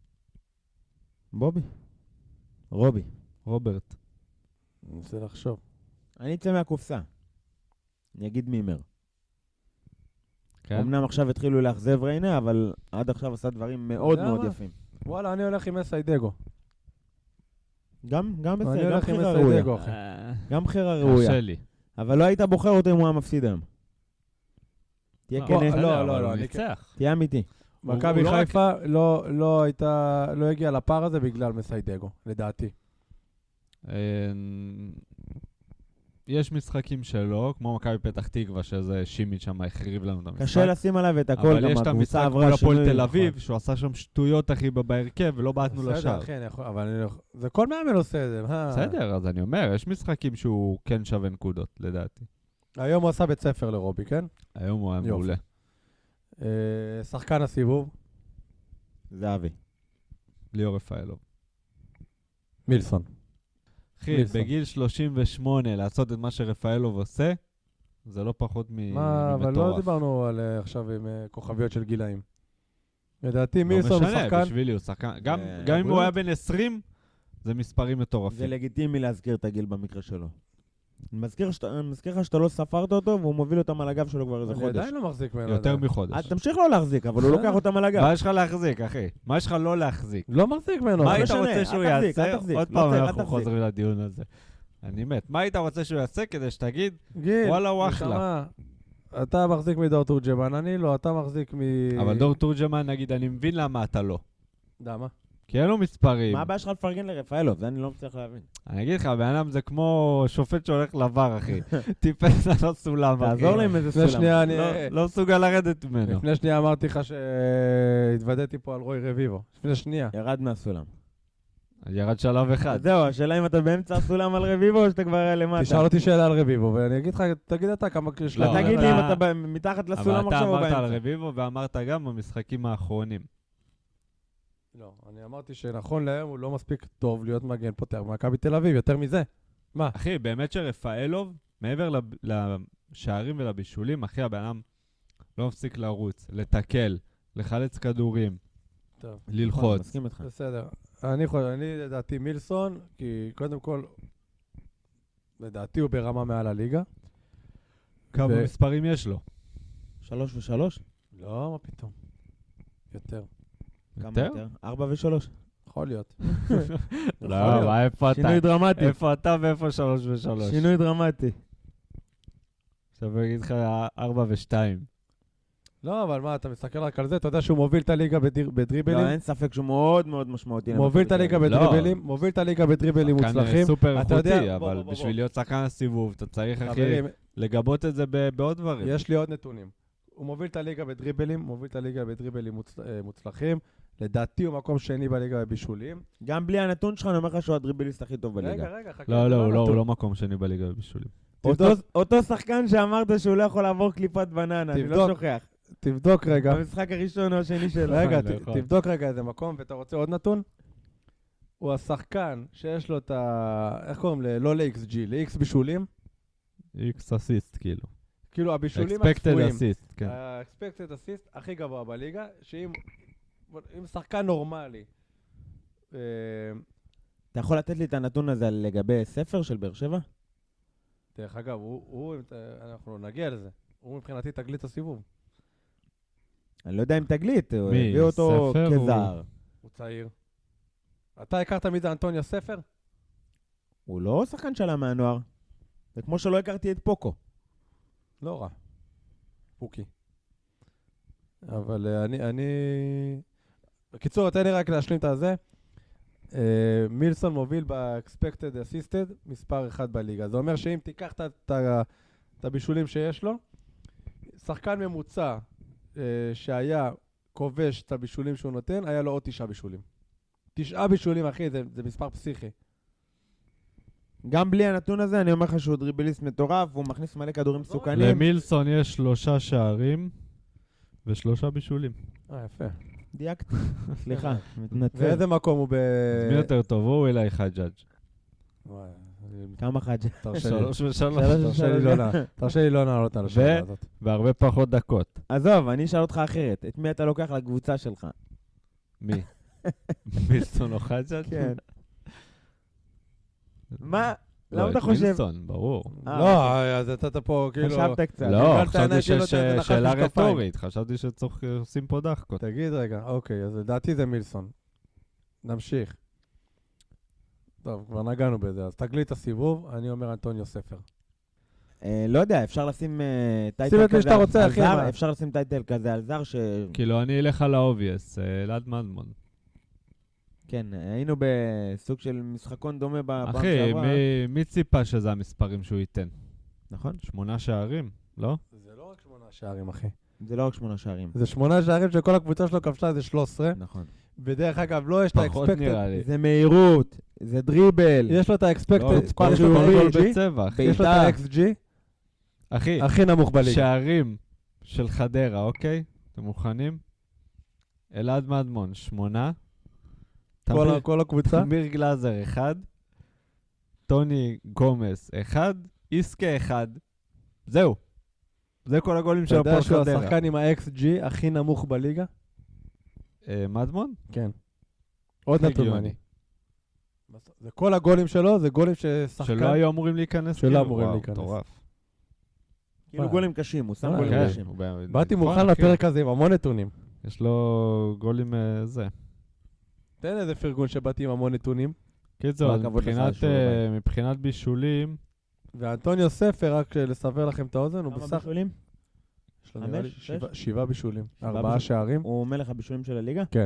בובי. רובי. רוברט. אני רוצה לחשוב. אני אצא מהקופסה. אני אגיד מימר. כן? אמנם עכשיו התחילו לאכזב ריינה, אבל עד עכשיו עשה דברים מאוד יודע מאוד מה? יפים. וואלה, אני הולך עם מסיידגו. גם, גם אני בסדר, גם הולך עם בחירה ראויה. מסיידגו, אחי. אה, גם בחירה ראויה. קשה לי. אבל לא היית בוחר אותו אם הוא היה מפסיד היום. תהיה לא, כן, לא, בסדר, לא, אבל לא, הוא אני- ניצח. תהיה אמיתי. הוא- מכבי הוא לא רק- חיפה לא, לא הייתה, לא הגיעה לפער הזה בגלל מסיידגו, לדעתי. אה, יש משחקים שלו, כמו מכבי פתח תקווה, שזה שימית שם החריב לנו את המשחק. קשה לשים עליו את הכל, אבל גם יש את המשחק הקבוצה מול עברה הפועל שינוי. תל אביב, שהוא עשה שם שטויות, אחי, בהרכב, ולא בעטנו בסדר, לשער. אחי, אני יכול, אבל אני לא... זה כל מאמן עושה את זה, מה? בסדר, אז אני אומר, יש משחקים שהוא כן שווה נקודות, לדעתי. היום הוא עשה בית ספר לרובי, כן? היום הוא היה יופי. מעולה. אה, שחקן הסיבוב, זהבי. ליאור רפאלוב. מילסון. אחי, מילסון. בגיל שלושים ושמונה לעשות את מה שרפאלוב עושה, זה לא פחות מ- מה, אבל לא ממטורף. דיברנו על אה, עכשיו עם אה, כוכביות של גילאים. לדעתי לא מילסון הוא משנה, שחקן... בשבילי הוא שחקן. גם זה גם אם הוא בריאות. היה בן עשרים, זה מספרים זה מטורפים. לגיטימי להזכיר את הגיל במקרה שלו. אני מזכיר שאתה- אני מזכיר לך שאתה לא ספרת אותו, והוא מוביל אותם על הגב שלו כבר איזה אני חודש. עדיין לא מחזיק ממנו. יותר עדיין. אה, מחודש. תמשיך לא להחזיק, אבל הוא בסדר. לוקח אותם על הגב. מה יש לך להחזיק, אחי? מה יש לך לא להחזיק? לא מחזיק ממנו. מה לא אחי. היית משנה, רוצה אל שהוא תחזיק, אל יעשה? תחזיק, עוד לא פעם צריך, אל אנחנו תחזיק. חוזרים לדיון הזה. אני מת. מה היית רוצה שהוא יעשה כדי שתגיד, גיל, וואלה, הוא אחלה. נשמה, אתה מחזיק מדור תורג'מן, אני לא, אתה מחזיק מ... אבל דור תורג'מן, נגיד, אני מבין למה אתה לא. למה? כי אין לו מספרים. מה הבעיה שלך לפרגן לרפאלוב? זה אני לא מצליח להבין. אני אגיד לך, בן אדם זה כמו שופט שהולך לבר, אחי. טיפס על הסולם, אחי. תעזור לי עם איזה לפני סולם. שנייה אני... לא- לא מסוגל לרדת ממנו. לפני שנייה אמרתי לך שהתוודעתי פה על רוי רביבו. לפני שנייה. ירד מהסולם. ירד שלב אחד. אז זהו, השאלה אם אתה באמצע הסולם על רביבו או שאתה כבר למטה. תשאל אותי שאלה על רביבו, ואני אגיד לך, תגיד אתה כמה לא, שלב. תגיד לי אתה- אם אתה ב- מתחת אבל לסולם אתה עכשיו או אמרת על באמצע. רביבו ואמרת גם במשחקים האחרונים. לא, אני אמרתי שנכון להיום הוא לא מספיק טוב להיות מגן פותח במכבי תל אביב, יותר מזה. מה? אחי, באמת שרפאלוב, מעבר לב- לשערים ולבישולים, אחי, הבן אדם לא מפסיק לרוץ, לתקל, לחלץ כדורים, טוב. ללחוץ. מסכים איתך. בסדר. אני חושב, אני לדעתי מילסון, כי קודם כל, לדעתי הוא ברמה מעל הליגה. כמה ו- מספרים יש לו? שלוש ושלוש? לא, מה פתאום. יותר. כמה יותר? יותר? ארבע ושלוש. יכול להיות. לא, מה, איפה אתה? שינוי דרמטי. איפה אתה ואיפה שלוש ושלוש? שינוי דרמטי. עכשיו אני אגיד לך ארבע ושתיים. לא, אבל מה, אתה מסתכל רק על זה, אתה יודע שהוא מוביל את הליגה בדיר- לא, בדריבלים? אין ספק שהוא מאוד מאוד משמעותי. מוביל את למכבי תל הליגה אביב. לא. בדריבלים, מוביל את הליגה בדריבלים כאן מוצלחים. סופר אתה יודע- איכותי, בוא, אבל בוא, בוא, בשביל בוא. להיות שחקן הסיבוב, אתה צריך, אחי, חברים, לגבות את זה ב- בעוד דברים. יש לי עוד נתונים. הוא מוביל את הליגה בדריבלים, מוביל את הליגה בדריבלים מוצ- אה, מוצלחים. לדעתי הוא מקום שני בליגה בבישולים. גם בלי הנתון שלך, אני אומר לך שהוא הדריבליסט הכי טוב בליגה. רגע, רגע, חכה. לא, זה לא, הוא לא- הוא נתון. לא מקום שני בליגה בבישולים. אותו- תבדוק. אותו שחקן שאמרת שהוא לא יכול לעבור קליפת בננה, אני לא תבדוק. שוכח. תבדוק רגע. במשחק הראשון או השני שלו. רגע, לא ת- יכול. תבדוק רגע איזה מקום, ואתה רוצה עוד נתון? הוא השחקן שיש לו את ה... איך קוראים? ל- לא ל-אקס ג'י, ל-X בישולים. איקס אסיסט, כאילו. כאילו, הבישולים expected הצפויים. assist, כן. ה-expected assist הכי גבוה בליגה, שאם אם שחקן נורמלי... אה, אתה יכול לתת לי את הנתון הזה לגבי ספר של באר שבע? דרך אגב, הוא, הוא, אנחנו נגיע לזה. הוא מבחינתי תגלית הסיבוב. אני לא יודע אם תגלית, הוא מי? הביא אותו ספר הוא- כזר. הוא צעיר. אתה הכרת מי זה אנטוניה ספר? הוא לא שחקן שלה מהנוער. זה כמו שלא הכרתי את פוקו. לא רע. פוקי. אבל אה, אני, אני... בקיצור, תן לי רק להשלים את הזה. אה, מילסון מוביל ב-expected assisted מספר אחד בליגה. זה אומר שאם תיקח את ה- את ה- את הבישולים שיש לו, שחקן ממוצע אה, שהיה כובש את הבישולים שהוא נותן, היה לו עוד תשעה בישולים. תשעה בישולים, אחי, זה, זה מספר פסיכי. גם בלי הנתון הזה, אני אומר לך שהוא דריבליסט מטורף, והוא מכניס מלא כדורים מסוכנים. למילסון יש שלושה שערים ושלושה בישולים. אה, יפה. דייקתי. סליחה, מתנצל. ואיזה מקום הוא ב... אז מי יותר טוב, הוא אולי חג'אג'. וואי, כמה חג'ה? תרשה לי. שלוש ושלוש. תרשה לי לא נע- תרשה לי לא לעלות על השאלה הזאת. והרבה פחות דקות. עזוב, אני אשאל אותך אחרת. את מי אתה לוקח לקבוצה שלך? מי? מילסון או חג'אג'? כן. מה, למה לא, אתה את חושב? מילסון, ברור. אה, לא, אז אתה פה כאילו... חשבת קצת. לא, קיבלת חשבתי עיניים כאילו שיש אתה- זה נחש שאלה משקפיים. רטורית, חשבתי שעושים פה דחקות. תגיד רגע, אוקיי, אז לדעתי זה מילסון. נמשיך. טוב, כבר נגענו בזה, אז תגלית הסיבוב, אני אומר אנטוניו ספר. אה, לא יודע, אפשר לשים אה, שים טייטל את מי כזה שאתה רוצה, על אחי, זר, מה? אפשר לשים טייטל כזה על זר ש... כאילו, אני אלך על האובייס, אלעד מדמון. כן, היינו בסוג של משחקון דומה בפעם אחי, שעברה. מי- מי ציפה שזה המספרים שהוא ייתן? נכון? שמונה שערים, לא? זה לא רק שמונה שערים, אחי. זה לא רק שמונה שערים. זה שמונה שערים שכל הקבוצה שלו כבשה איזה שלוש עשרה. נכון. בדרך אגב, לא יש את פחות האקספקטד. נראה לי. זה מהירות, זה דריבל. יש לו את לא, האקספקטד. כל יש לו גול ב-אקס ג'י, בצבע, אחי. יש לו את בעיטה. ה-אקס ג'י אחי, הכי נמוך בליגה. שערים של חדרה, אוקיי? אתם מוכנים? אלעד מדמון, שמונה. כל תמיר- ה- כל הקבוצה. תמיר גלאזר, אחד. טוני גומס, אחד. איסקה, אחד. זהו. זה כל הגולים אתה של הפועל יודע שהוא חדרה. השחקן עם ה-אקס ג'י הכי נמוך בליגה? אה, מדמון? כן. עוד נתון הגיוני. מעניין. זה כל הגולים שלו, זה גולים ששחקן... שלא היו אמורים להיכנס. שלא כאילו, אמורים וואו, להיכנס. מטורף. כאילו וואי. גולים קשים, הוא שם וואי, גולים כן, קשים. הוא באמת- באתי נכון, מוכן אחי. לפרק הזה עם המון נתונים. יש לו גולים אה, זה. תן איזה פרגון שבאתי עם המון נתונים. קיצור, כל אז הכבוד לך מבחינת, שהוא אה, בבית. מבחינת בישולים, ואנטוניו ספר, רק לסבר לכם את האוזן, הוא כמה בסך... בישולים? יש לו נראה לי חמש? שבע- שש? שבעה בישולים. שבעה ארבעה בישולים. שערים. הוא מלך הבישולים של הליגה? כן.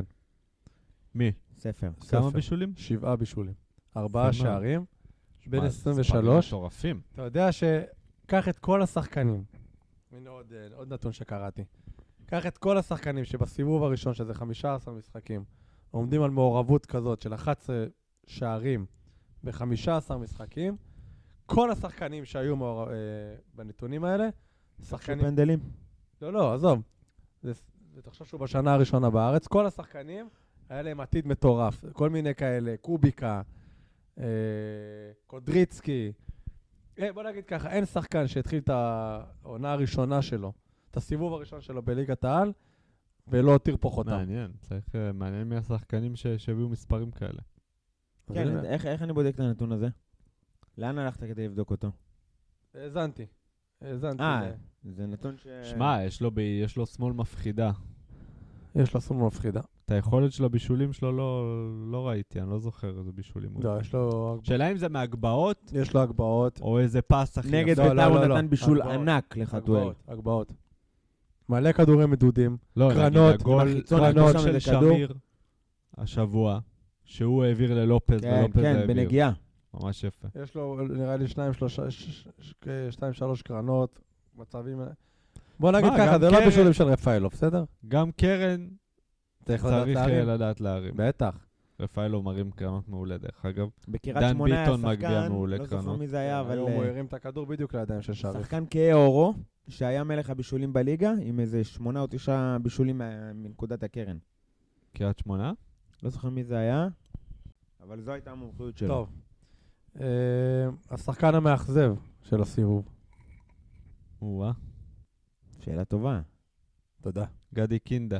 מי? ספר. כמה ספר. בישולים? שבעה בישולים. ארבעה יפה מאוד. שערים. בן מה, עשרים מספרים ושלוש. מטורפים. אתה יודע שקח את כל השחקנים. הנה עוד, אה, עוד נתון שקראתי. קח את כל השחקנים שבסיבוב הראשון, שזה חמישה עשר משחקים, עומדים על מעורבות כזאת של אחד עשר שערים ב-חמישה עשר משחקים. כל השחקנים שהיו מעורב, אה, בנתונים האלה, שחקנים... פנדלים. לא, לא, עזוב. זה, זה תחשוב שהוא בשנה הראשונה בארץ. כל השחקנים, היה להם עתיד מטורף. כל מיני כאלה, קוביקה, אה, קודריצקי. אה, בוא נגיד ככה, אין שחקן שהתחיל את העונה הראשונה שלו, את הסיבוב הראשון שלו בליגת העל, ולא הותיר פה חותם. מעניין, צריך, אה, מעניין מי השחקנים ש- שהביאו מספרים כאלה. אז כן, הנה, איך איך אני בודק את הנתון הזה? לאן הלכת כדי לבדוק אותו? האזנתי. האזנתי. אה, ל- זה נתון ש... שמע, יש לו ב- יש לו שמאל מפחידה. יש לו סום מפחידה. את היכולת של הבישולים שלו לא לא ראיתי, אני לא זוכר איזה בישולים. הוא לא, הביא. יש לו... שאלה אם זה מהגבהות, יש לו הגבהות. או איזה פס הכי נגד יפה. לא, בית"ר לא, הוא לא, לא. נתן בישול הגבהות. ענק לחתואל. הגבהות, הגבהות. מלא כדורים מדודים. לא, נגיד קרנות, הגול עם החיצון, הגול שם של איזה כדור. שמיר השבוע, שהוא העביר ללופז, כן, ולופז כן, העביר. בנגיעה. ממש יפה. יש לו נראה לי שניים, שלושה, ש- ש- ש- שתיים, שלוש קרנות, מצבים... בוא נגיד מה, ככה, גם זה לא קרן- בישולים של רפאלוב, בסדר? גם קרן צריך לדעת צריך להרים. אה, לדעת להרים. בטח. רפאלו מרים קרנות מעולה, דרך אגב. בקריית דן שמונה היה ביטון מגביה שחקן, מעולה לא זוכר קרנות. מי זה היה, אבל היום הוא אה, הרים את הכדור בדיוק לידיים של שריף. שחקן כהה אורו, שהיה מלך הבישולים בליגה, עם איזה שמונה או תשעה בישולים מה- מנקודת הקרן. קריית שמונה? לא זוכר מי זה היה, אבל זו הייתה המומחיות שלו. טוב. אה, השחקן המאכזב של הסיבוב. או-אה. שאלה טובה. תודה. גדי קינדה.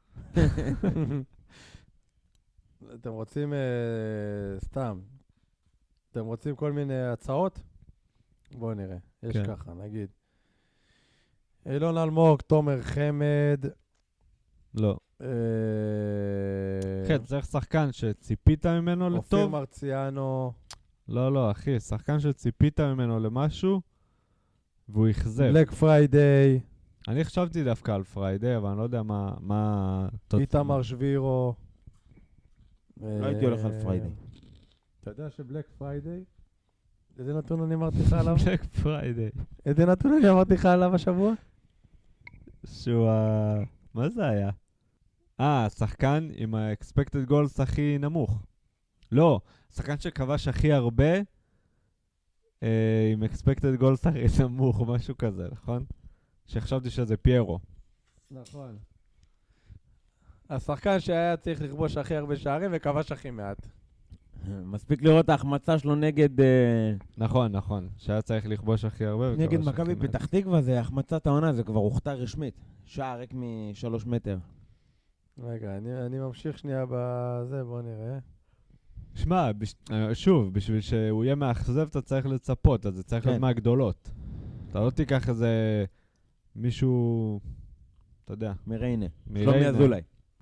אתם רוצים, אה, סתם, אתם רוצים כל מיני הצעות? בואו נראה. יש כן. ככה, נגיד. אילון אלמוג, תומר חמד, לא. אה, כן, צריך שחקן שציפית ממנו אופיר לטוב. מרציאנו, לא, לא, אחי, שחקן שציפית ממנו למשהו, והוא אכזב. בלק פריידיי, אני חשבתי דווקא על פריידי, אבל אני לא יודע מה... מה... התוצ- איתמר שבירו. לא הייתי הולך על פריידי. אתה יודע שבלק פריידיי, איזה נתון אני אמרתי לך עליו? בלק פריידי. איזה נתון אני אמרתי לך עליו השבוע? שהוא ה... מה זה היה? אה, השחקן עם ה-expected goals הכי נמוך. לא, שחקן שכבש הכי הרבה, אה, עם expected goals הכי נמוך, או משהו כזה, נכון? שחשבתי שזה פיירו. נכון. השחקן שהיה צריך לכבוש הכי הרבה שערים וכבש הכי מעט. מספיק לראות ההחמצה שלו נגד אה, נכון, נכון. שהיה צריך לכבוש הכי הרבה. וכבש נגד הכי מכבי מעט. פתח תקווה, זה החמצת העונה, זה כבר הוכתר רשמית. שער ריק משלוש מטר. רגע, אני, אני ממשיך שנייה בזה, בוא נראה. שמע, בש... שוב, בשביל שהוא יהיה מאכזב אתה צריך לצפות, אז זה צריך כן. להיות מהגדולות. אתה לא תיקח איזה מישהו, אתה יודע, מריינה. מריינה. שלומי אזולאי.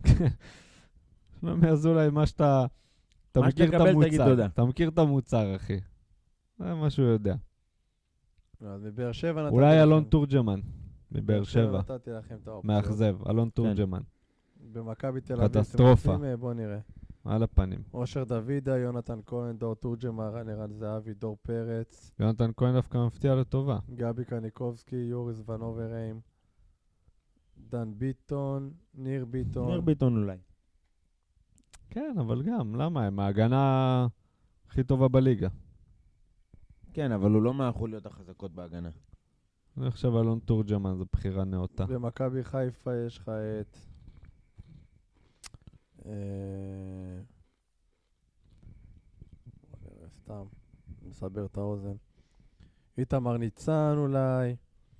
שלומי אזולאי, מה שאתה... אתה מה מכיר את שתקבל, תגיד המוצר. תודה. אתה מכיר את המוצר, אחי. זה מה שהוא יודע. אז מבאר שבע נתתי אולי לכם. אלון תורג'מן, מבאר שבע. נתתי לכם את האופציות. מאכזב, אלון תורג'מן. במכבי תל אביב. אתם קטסטרופה. רוצים? בואו נראה. על הפנים. אושר דוידה, יונתן כהן, דור תורג'מן, ערן זהבי, דור פרץ, יונתן כהן דווקא מפתיע לטובה. גבי קניקובסקי, יוריס ונוברהיים, דן ביטון, ניר ביטון. ניר ביטון אולי. כן, אבל גם, למה? הם ההגנה הכי טובה בליגה. כן, אבל הוא לא מהחוליות החזקות בהגנה. אני חושב אלון תורג'מן זו בחירה נאותה. במכבי חיפה יש לך את... אה, בוא נראה, סתם, נסבר את האוזן. איתמר ניצן אולי.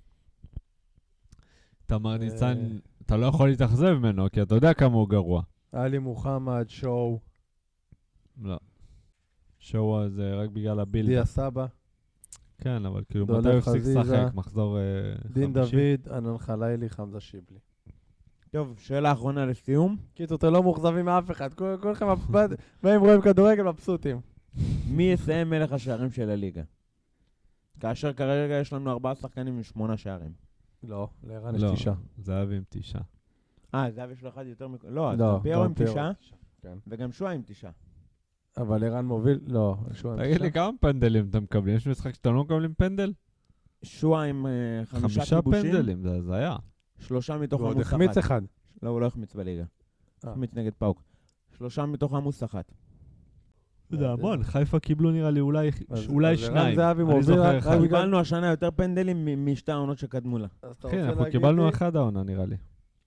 תמר ניצן, אתה לא יכול להתאכזב ממנו, כי אתה יודע כמה הוא גרוע. עלי מוחמד, שואו, לא. שואה זה רק בגלל הבילדה. דיה סבא, כן, אבל כאילו, דולב מתי הוא הפסיק חזיזה, לשחק? מחזור אה, דין חמישי? דוד, ענן חלילי, חמזה שיבלי. טוב, שאלה אחרונה לסיום. קיצור, אתם לא מאוכזבים מאף אחד, כל- כולכם באים רואים כדורגל מבסוטים. מי יסיים מלך השערים של הליגה? כאשר כרגע יש לנו ארבעה שחקנים עם שמונה שערים. לא, לערן יש לא, תשעה. זהבי עם תשעה. אה, זהב יש לו אחד יותר מ... לא, אז לא, גם פיירו גם עם פיירו. תשעה, כן. וגם שואה עם תשעה. אבל ערן מוביל, לא, שועה עם תגיד לי, תשעה. כמה פנדלים אתם מקבלים? יש משחק שאתם לא מקבלים פנדל? שואה עם אה, חמישה חמישה כיבושים, פנדלים, זה הזיה. שלושה מתוך ועוד עמוס החמיץ אחת. אחד. לא, הוא לא החמיץ בליגה. אה. החמיץ נגד פאוק. שלושה מתוך עמוס אחת. זה המון, חיפה קיבלו נראה לי אולי אז- אולי אז ערן שניים. זהבי אני מוביל זוכר רק- אחד. רק בגלל- קיבלנו השנה יותר פנדלים מ- משתי העונות שקדמו לה. אז אתה כן, רוצה אנחנו להגיד קיבלנו לי- אחד העונה נראה לי.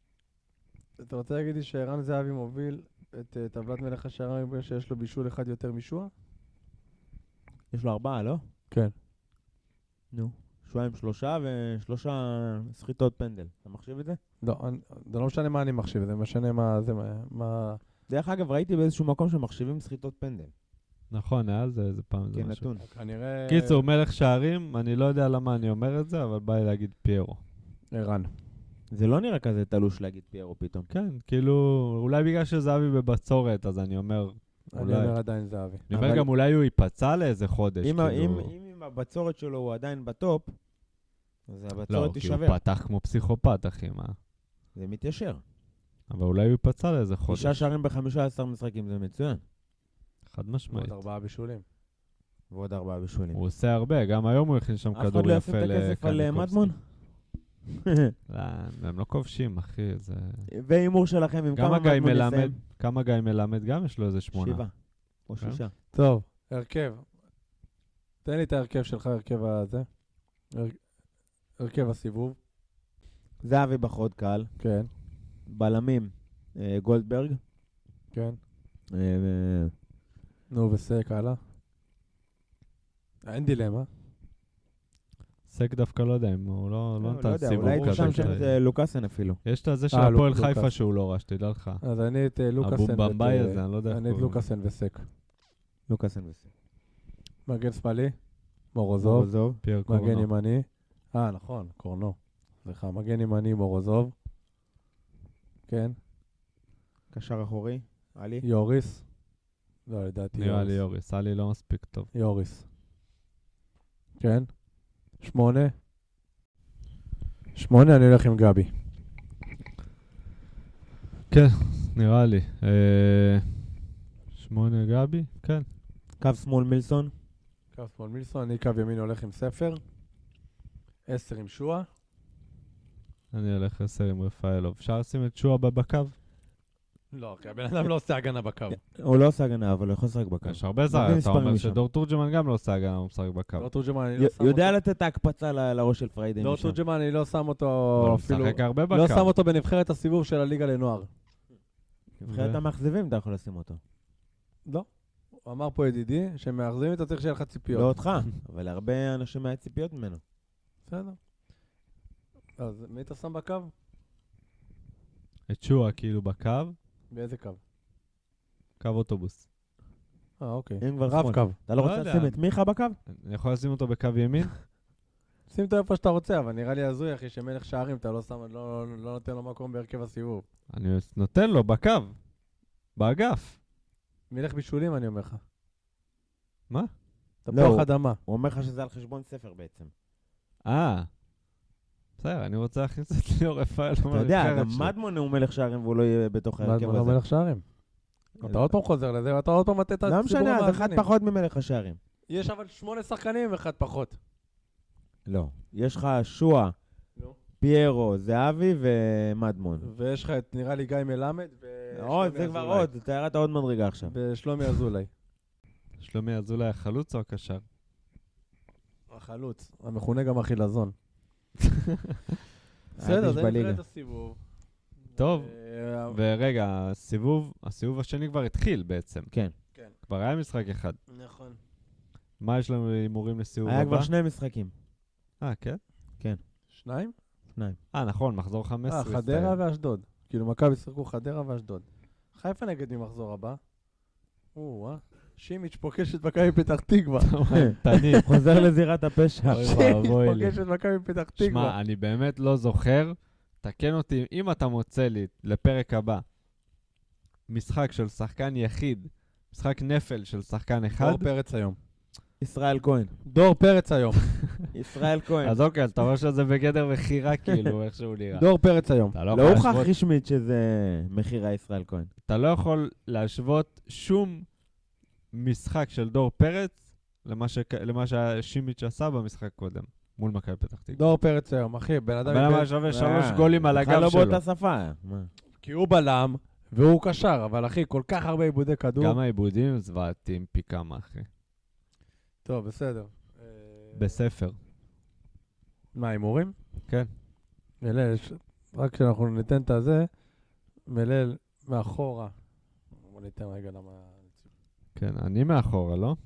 אתה רוצה להגיד לי שערן זהבי מוביל את אה, טבלת מלך השערים בגלל שיש לו בישול אחד יותר משועה? יש לו ארבעה, לא? כן. נו. שואה עם שלושה ושלושה סחיטות פנדל. אתה מחשיב את זה? לא, אני- זה לא משנה מה אני מחשיב, זה משנה מה... זה מה- מה... דרך אגב, ראיתי באיזשהו מקום שמחשיבים סחיטות פנדל. נכון, היה על זה איזה פעם. זה משהו. כנתון. כנראה... קיצור, מלך שערים, אני לא יודע למה אני אומר את זה, אבל בא לי להגיד פיירו. ערן. זה לא נראה כזה תלוש להגיד פיירו פתאום. כן, כאילו, אולי בגלל שזהבי בבצורת, אז אני אומר, אני אולי. אומר עדיין זהבי. אני אומר אבל- גם אולי הוא ייפצע לאיזה חודש, אם ה- כאילו. אם אם עם הבצורת שלו הוא עדיין בטופ, אז לא, הבצורת כי הוא תישבר. פתח כמו פסיכופת, אחי, מה? זה מתיישר. אבל אולי הוא ייפצע לאיזה חודש. תשעה שערים ב-חמישה עשר משחקים, זה מצוין. חד עוד משמעית. ארבעה בישולים. ועוד ארבעה בישולים. הוא עושה הרבה, גם היום הוא הכין שם אף אחד כדור לא יפה ישים את הכסף על אה, לקניקובסקי. מדמון? לא, הם לא כובשים, אחי, זה... והימור שלכם עם גם כמה הגיא מדמון מלמד, יסיים? כמה גיא מלמד, גם יש לו איזה שמונה. שבעה. או כן? שישה. טוב, הרכב. תן לי את ההרכב שלך, הרכב הזה. הר- הרכב הסיבוב. זהבי בחוד קל. כן, בלמים, אה, גולדברג. כן. אה, ו- נו, וסק, הלאה. אין דילמה. סק דווקא לא יודע אם הוא לא לא לא נתן יודע, סיבוב אולי כזה. שם שם של- זה לוקאסן אפילו. יש את הזה של אה, הפועל לוק- חיפה לוקאס. שהוא לא רע, שתדע לך. אז אני את אה, לוקאסן ואת... הבומבמביי אה, הזה, אני לא יודע איך אני את קוראים לו. לוקאסן וסק. לוקאסן וסק. מגן שמאלי, מורוזוב. מורוזוב. פייר מגן קורנו. ימני. אה, נכון, קורנו. סליחה, מגן ימני, מורוזוב. כן. קשר אחורי. עלי. יוריס. לא, לדעתי נראה לי יוריס. יוריס, עלי לא מספיק טוב. יוריס. כן. שמונה. שמונה, אני הולך עם גבי. כן, נראה לי. אה, שמונה גבי? כן. קו שמאל מילסון. קו שמאל מילסון, אני קו ימין הולך עם ספר. עשר עם שועה. אני הולך עשר עם רפאלוב. אפשר לשים את שועה בקו? לא, כי הבן אדם לא עושה הגנה בקו. הוא לא עושה הגנה, אבל הוא יכול לשחק בקו. יש הרבה נותן זר, אתה מספרים אומר משם. שדור תורג'מן גם לא עושה הגנה, הוא משחק בקו. דור תורג'מן, אני לא שם יודע אותו. לתת את ההקפצה ל- לראש של פריידי דור משם. תורג'מן, אני לא שם אבל אותו הוא אפילו... משחק הרבה בקו. לא שם אותו בנבחרת הסיבוב של הליגה לנוער. נבחרת ו- המאכזבים אתה יכול לשים אותו. לא. הוא אמר פה ידידי, שמאכזבים אתה צריך שיהיה לך ציפיות. לא אותך, אבל להרבה אנשים היה ציפיות ממנו. בסדר. אז מי אתה שם בקו? את שועה כאילו בקו, באיזה קו? קו אוטובוס. אה, אוקיי. אם כבר רב שמאל. קו. אתה לא לא רוצה יודע. לשים את מיכה בקו? אני יכול לשים אותו בקו ימין? שים אותו איפה שאתה רוצה, אבל נראה לי הזוי, אחי, שמלך שערים, אתה לא שם, לא, לא נותן לו מקום בהרכב הסיבוב. אני נותן לו בקו, באגף. מלך בישולים, אני אומר לך. מה? תפוח לא. אדמה. הוא אומר לך שזה על חשבון ספר בעצם. אה. בסדר, אני רוצה להכניס את ליאור רפאל. אתה יודע, גם מדמון הוא מלך שערים והוא לא יהיה בתוך ההרכב מדמון הזה. מלך שערים. אתה עוד פעם חוזר לזה, ואתה עוד פעם מטה את לא הציבור משנה, אז אחד המאזינים. פחות ממלך השערים. יש אבל שמונה שחקנים ואחד פחות. לא. יש לך שואה, פיירו, זהבי ומדמון. ויש לך את, נראה לי, גיא מלמד עוד, זה כבר עוד, אתה ירדת עוד מדרגה עכשיו. ושלומי אזולאי. שלומי אזולאי החלוץ או הקשר? החלוץ, המכונה גם החילזון. בסדר, זה נקרא את הסיבוב. טוב, אה, ורגע, הסיבוב, הסיבוב השני כבר התחיל בעצם. כן. כן. כבר היה משחק אחד. נכון. מה יש לנו הימורים לסיבוב הבא? היה כבר שני משחקים. אה, כן? שניים? שניים. אה, נכון, מחזור חמש עשרה. אה, חדרה ואשדוד. כאילו, מכבי שיחקו חדרה ואשדוד. חיפה נגד מי מחזור הבא? או, אה? שימיץ' פוגש את מכבי פתח תקווה. תניב. חוזר לזירת הפשע. אוי שימיץ' ואבוי לי. פוגש את מכבי פתח תקווה. שמע, אני באמת לא זוכר, תקן אותי, אם אתה מוצא לי לפרק הבא משחק של שחקן יחיד, משחק נפל של שחקן אחד, דור פרץ היום. ישראל כהן. דור פרץ היום. ישראל כהן. אז אוקיי, אז אתה רואה שזה בגדר מכירה כאילו, איך שהוא נראה. דור פרץ היום. אתה לא יכול לא הוכח להשוות- רשמית שזה מחירה ישראל כהן. אתה לא יכול להשוות שום משחק של דור פרץ למה ש- למה שהשימיץ' עשה במשחק קודם, מול מכבי פתח תקווה. דור פרץ היום, אחי, בן אדם... הבן אדם איבד- היה שווה שלוש אה, גולים על בכלל הגב לא שלו. באותה שפה. מה? כי הוא בלם, והוא קשר, אבל אחי, כל כך הרבה עיבודי כדור. גם העיבודים זוועתיים פי כמה, אחי. טוב, בסדר. אה, בספר. מה, הימורים? כן. מלל, יש- רק כשאנחנו ניתן את הזה, מלל מאחורה. בוא ניתן רגע למה... כן, אני מאחורה, לא?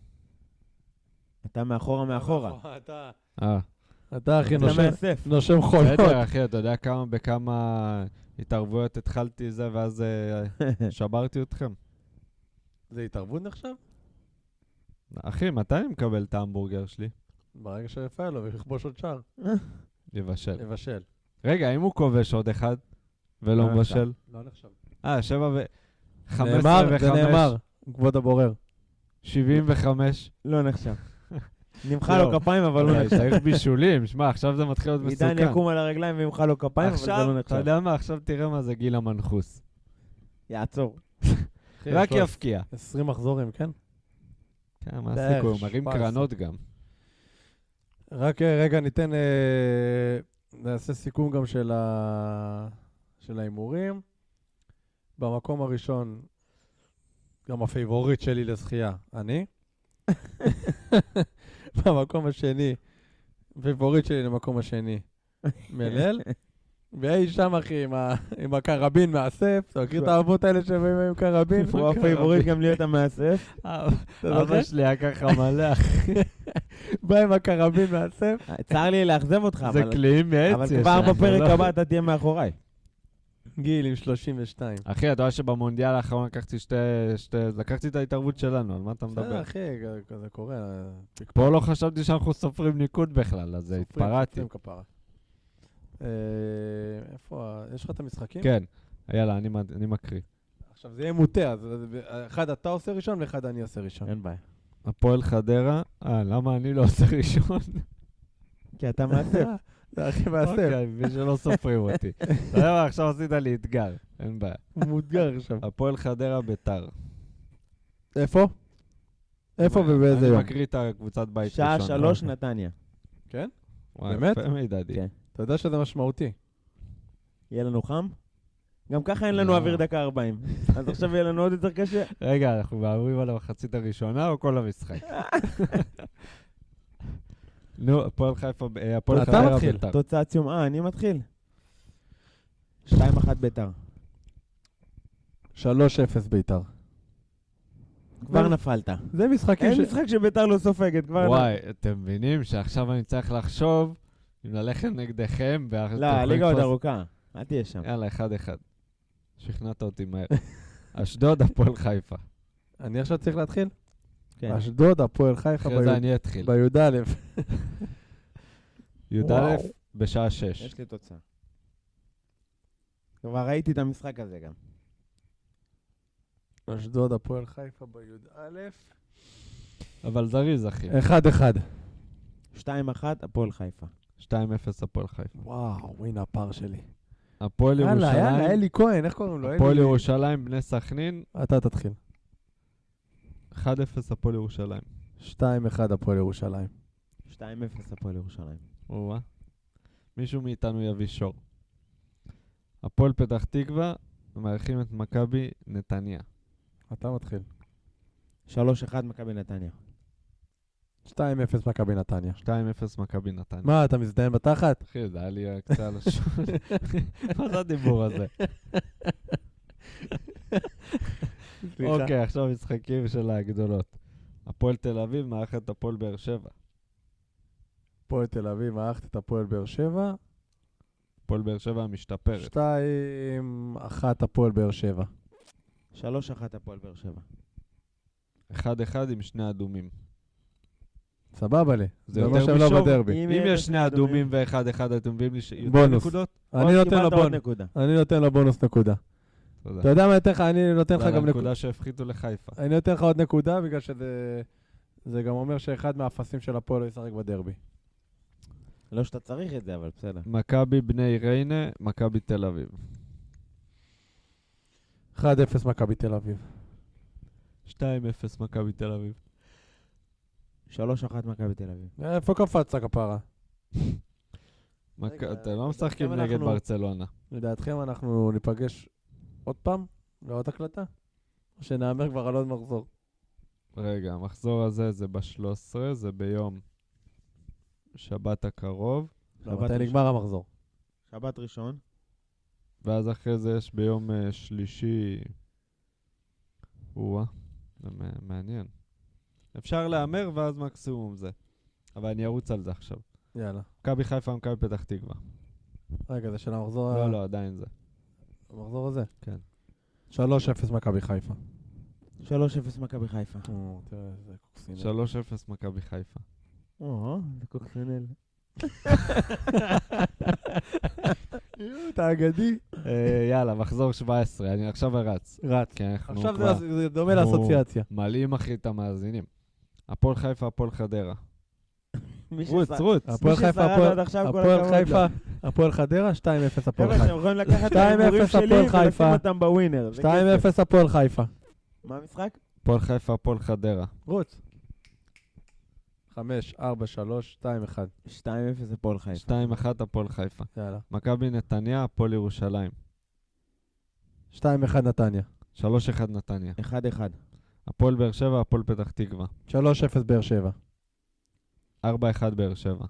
אתה מאחורה מאחורה. אתה, אה. אתה אחי אתה נושם, מאסף. נושם חולות. בסדר, אחי, אתה יודע כמה בכמה התערבויות התחלתי זה, ואז אה, שברתי אתכם. זה התערבות נחשב? אחי, מתי אני מקבל את ההמבורגר שלי? ברגע שיפה לו ויכבוש עוד שער. יבשל. יבשל. רגע, אם הוא כובש עוד אחד ולא לא מבשל? לא נחשב. אה, שבע ו... חמש עשרה נאמר, זה וחמש. נאמר, כבוד הבורר. שבעים וחמש. לא נחשב. נמחא לו לא. כפיים, אבל לא אוקיי, נחשב. צריך בישולים. שמע, עכשיו זה מתחיל להיות מסוכן. עידן יקום על הרגליים וימחא לו כפיים, אבל זה עכשיו, לא אתה נחשב. יודע מה? עכשיו תראה מה זה גיל המנחוס. יעצור. אחי, רק יש לו יפקיע. עשרים מחזורים, כן? כן, מה בערך, הסיכוי? הוא מרים שבע עשרה. קרנות גם. רק אה, רגע, ניתן, אה, נעשה סיכום גם של ה- של ההימורים. במקום הראשון, גם הפייבוריט שלי לזכייה, אני. במקום השני, פייבוריט שלי למקום השני, מלל. ואי שם, אחי, עם ה- עם הקרבין מהסף. אתה מכיר את האבות האלה שבאים עם קרבין? הוא הפייבוריט גם להיות המאסף. אתה אבא זוכר? שלי היה ככה מלא, אחי. בא עם הקרבין מהסף. צר לי לאכזב אותך, זה אבל קליעים מעץ. אבל יש כבר שם, בפרק לא? הבא אתה תהיה מאחוריי. גיל עם שלושים ושתיים. אחי, אתה יודע שבמונדיאל האחרון לקחתי שתי... שתי- לקחתי את ההתערבות שלנו, על מה אתה מדבר? בסדר, אחי, זה קורה. פה לא חשבתי שאנחנו סופרים ניקוד בכלל, אז סופרים, התפרעתי. סופרים כפרה. אה, איפה, ה- יש לך את המשחקים? כן, יאללה, אני מד- אני מקריא. עכשיו זה יהיה מוטה, אז אז אחד אתה עושה ראשון ואחד אני עושה ראשון. אין בעיה. הפועל חדרה, אה, למה אני לא עושה ראשון? כי אתה מאסף. זה הכי מאסף. אוקיי, בשביל שלא סופרים אותי. אתה יודע מה, עכשיו עשית לי אתגר, אין בעיה. הוא מאותגר עכשיו. הפועל חדרה ביתר. איפה? איפה ובאיזה יום? אני מקריא את הקבוצת בית שעה ראשון. שלוש נתניה. כן? וואי, באמת? יפה מידדי. כן. אתה יודע שזה משמעותי. יהיה לנו חם? גם ככה אין לנו לא. אוויר דקה ארבעים. אז עכשיו יהיה לנו עוד יותר קשה. רגע, אנחנו מעברים על המחצית הראשונה או כל המשחק? נו, הפועל חיפה, אה, הפועל אתה חדרה מתחיל. ביתר. תוצאת סיום. אה, אני מתחיל. שתיים אחת ביתר. שלוש אפס ביתר. כבר נפלת. זה משחקים אין משחק שביתר לא סופגת. כבר נ- וואי, אתם מבינים שעכשיו אני צריך לחשוב אם ללכת נגדכם ואתם לא, יכולים הליגה עוד לתפוס- ארוכה. אל תהיה שם. יאללה, אחד אחד. שכנעת אותי מהר. אשדוד, הפועל חיפה. אני עכשיו צריך להתחיל? כן. אשדוד, הפועל חיפה אחרי זה אני אתחיל. בי"א. י"א בשעה שש. יש לי תוצאה. כבר ראיתי את המשחק הזה גם. אשדוד, הפועל חיפה בי"א. אבל זריז, אחי. אחד אחד. שתיים אחת, הפועל חיפה. שתיים אפס הפועל חיפה. וואו, הנה הפער שלי. הפועל יאללה, ירושלים. יאללה, אלי כהן, איך קוראים לו? הפועל אלי- ירושלים, בני סכנין, אתה תתחיל. אחד אפס הפועל ירושלים. שתיים אחד הפועל ירושלים. שתיים אפס, הפועל ירושלים. או-אה. מישהו מאיתנו יביא שור. הפועל פתח תקווה, מארחים את מכבי נתניה. אתה מתחיל. שלוש אחד, מכבי נתניה. שתיים אפס מכבי נתניה. שתיים אפס מכבי נתניה. מה, אתה מזדיין בתחת? אחי, זה היה לי קצה על השול. מה זה הדיבור הזה? אוקיי, עכשיו משחקים של הגדולות. הפועל תל אביב מארחת את הפועל באר שבע. הפועל תל אביב, מערכת את הפועל באר שבע. הפועל באר שבע המשתפרת. שתיים אחת הפועל באר שבע. שלוש אחת, הפועל באר שבע. אחד אחד עם שני אדומים. סבבה לי. זה אומר יותר שהם לא משור. בדרבי. אם יש שני אדומים ואחד אחד, אתם מביאים לי ש- יותר בונוס. נקודות? אני עוד נותן קיבלת לו עוד בונוס. נקודה. אני נותן לו בונוס נקודה. תודה. אתה יודע מה יותר לך? אני נותן לך זה גם נקודה. הנקודה שהפחיתו לחיפה. אני נותן לך עוד נקודה, בגלל שזה זה גם אומר שאחד מהאפסים של הפועל לא ישחק בדרבי. לא שאתה צריך את זה, אבל בסדר. מכבי בני ריינה, מכבי תל אביב. אחד אפס מכבי תל אביב. שתיים אפס מכבי תל אביב. שלוש אחת, מכבי תל אביב. איפה קפצת כפרה? מכ- רגע, אתם לא לדעתכם משחקים נגד אנחנו- ברצלונה. לדעתכם אנחנו ניפגש עוד פעם? לעוד הקלטה? או שנאמר כבר על עוד מחזור? רגע, המחזור הזה זה ב-שלוש עשרה, זה ביום שבת הקרוב, לא, שבת מתי ראשון. נגמר המחזור? שבת ראשון. ואז אחרי זה יש ביום uh, שלישי... או-אה, זה מע- מעניין. אפשר להמר ואז מקסימום זה. אבל אני ארוץ על זה עכשיו. יאללה. מכבי חיפה, מכבי פתח תקווה. רגע, זה של המחזור ה- לא, לא, עדיין זה. המחזור הזה? כן. שלוש אפס מכבי חיפה. שלוש אפס, מכבי חיפה. או, תראה, זה קוקסינל. שלוש אפס מכבי חיפה. או, זה קוקסינל. אתה אגדי. אה, יאללה, מחזור שבע עשרה, אני עכשיו רץ. רץ. כי אנחנו עכשיו כבר זה- זה דומה אנחנו- לאסוציאציה. מלאים אחי את המאזינים. הפועל חיפה, הפועל חדרה. מי רוץ, שש- רוץ. הפועל מי חיפה, ששרד הפועל- עד עכשיו, כל הפועל הכבוד חיפה, לו. הפועל חדרה, שתיים אפס הפועל חבר'ה, חיפה. אתם יכולים לקחת את שתיים ההימורים אפס שלי הפועל ולשים חיפה. אותם בווינר. זה שתיים כסף. אפס הפועל חיפה. מה המשחק? הפועל חיפה, הפועל חדרה. רוץ. חמש, ארבע, שלוש, שתיים, אחד. שתיים אפס, הפועל חיפה. שתיים אחת הפועל חיפה. יאללה. מכבי נתניה, הפועל ירושלים. שתיים אחד נתניה. שלוש אחד נתניה. אחד אחד. הפועל באר שבע, הפועל פתח תקווה. שלוש אפס באר שבע. ארבע אחד באר שבע.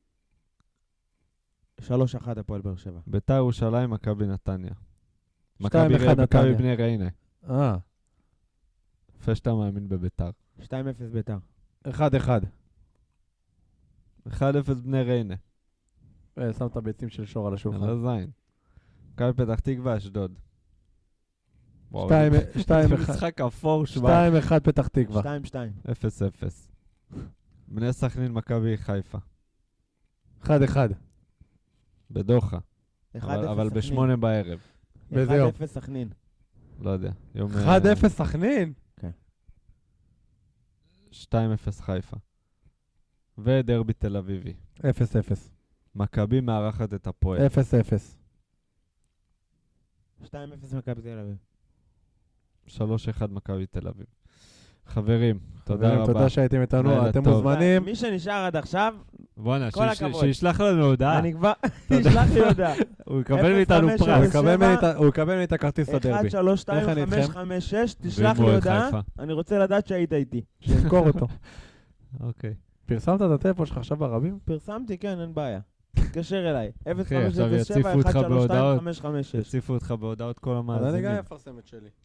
שלוש אחת, הפועל באר שבע. ביתר ירושלים, מכבי נתניה. שתיים מכבי אחד ר- מכבי נתניה. בני ריינה. אה, יפה שאתה מאמין בביתר. שתיים אפס, ביתר. אחד אחד. אחד אפס בני ריינה. אה, שם את הביצים של שור על השולחן. על הזין. מכבי פתח תקווה, אשדוד. וואו, שתיים- זה- שתיים זה אחד. משחק אפור שבע. שתיים אחד פתח תקווה. שתיים שתיים. אפס אפס. בני סכנין, מכבי חיפה. אחד אחד. בדוחה. אחד אבל אפס, אבל סכנין. בשמונה בערב. באיזה אחד יום? אפס, סכנין. לא יודע. יום... אחד אה, אפס סכנין. שתיים אפס חיפה. ודרבי תל אביבי. אפס אפס. מכבי מארחת את הפועל. אפס אפס. שתיים אפס, מכבי תל אביב. שלוש אחד מכבי תל אביב. חברים, תודה חברים, רבה. תודה שהייתם איתנו, לילה אתם טוב. מוזמנים. מי שנשאר עד עכשיו, בואנה, כל שיש- הכבוד. שישלח לנו הודעה. אני כבר... תשלח לי הודעה. הוא יקבל מאיתנו אפס, חמש, הוא פרס. אפס. יקבל שבע. ממני את ה- הוא יקבל ממני את הכרטיס אחד, לדרבי. שלוש, שתיים, איך אני חמש, איתכם? חמש, שש, תשלח ואם לי הוא הודעה. חיפה. אני רוצה לדעת שהיית איתי. שימכור אותו. אוקיי. פרסמת את הטלפון שלך עכשיו ברבים? פרסמתי, כן, אין בעיה. תתקשר אליי. אפס אחי, חמש עכשיו אפס שבע, יציפו אותך אחת שלוש שתיים, בהודעות. חמש חמש שש. הציפו אותך בהודעות כל אז אני גם המאזינים. אפרסם את שלי.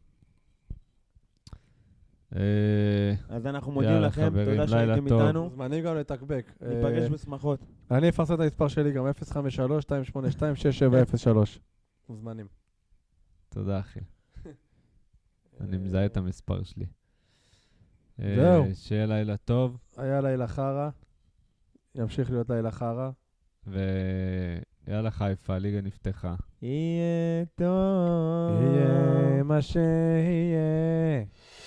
אה, אז אנחנו מודים יאללה, לכם, חברים, תודה לילה שהייתם טוב. איתנו. מוזמנים גם לתקבק. ניפגש אה, בשמחות. אני אפרסם את המספר שלי גם אפס חמש שלוש, שתיים שמונה שתיים, שש שבע אפס שלוש. מוזמנים. תודה, אחי. אני מזהה את המספר שלי. אה, זהו. שיהיה לילה טוב, היה לילה חרא, ימשיך להיות לילה חרא. ויאללה חיפה, הליגה נפתחה. יהיה טוב. יהיה מה שיהיה.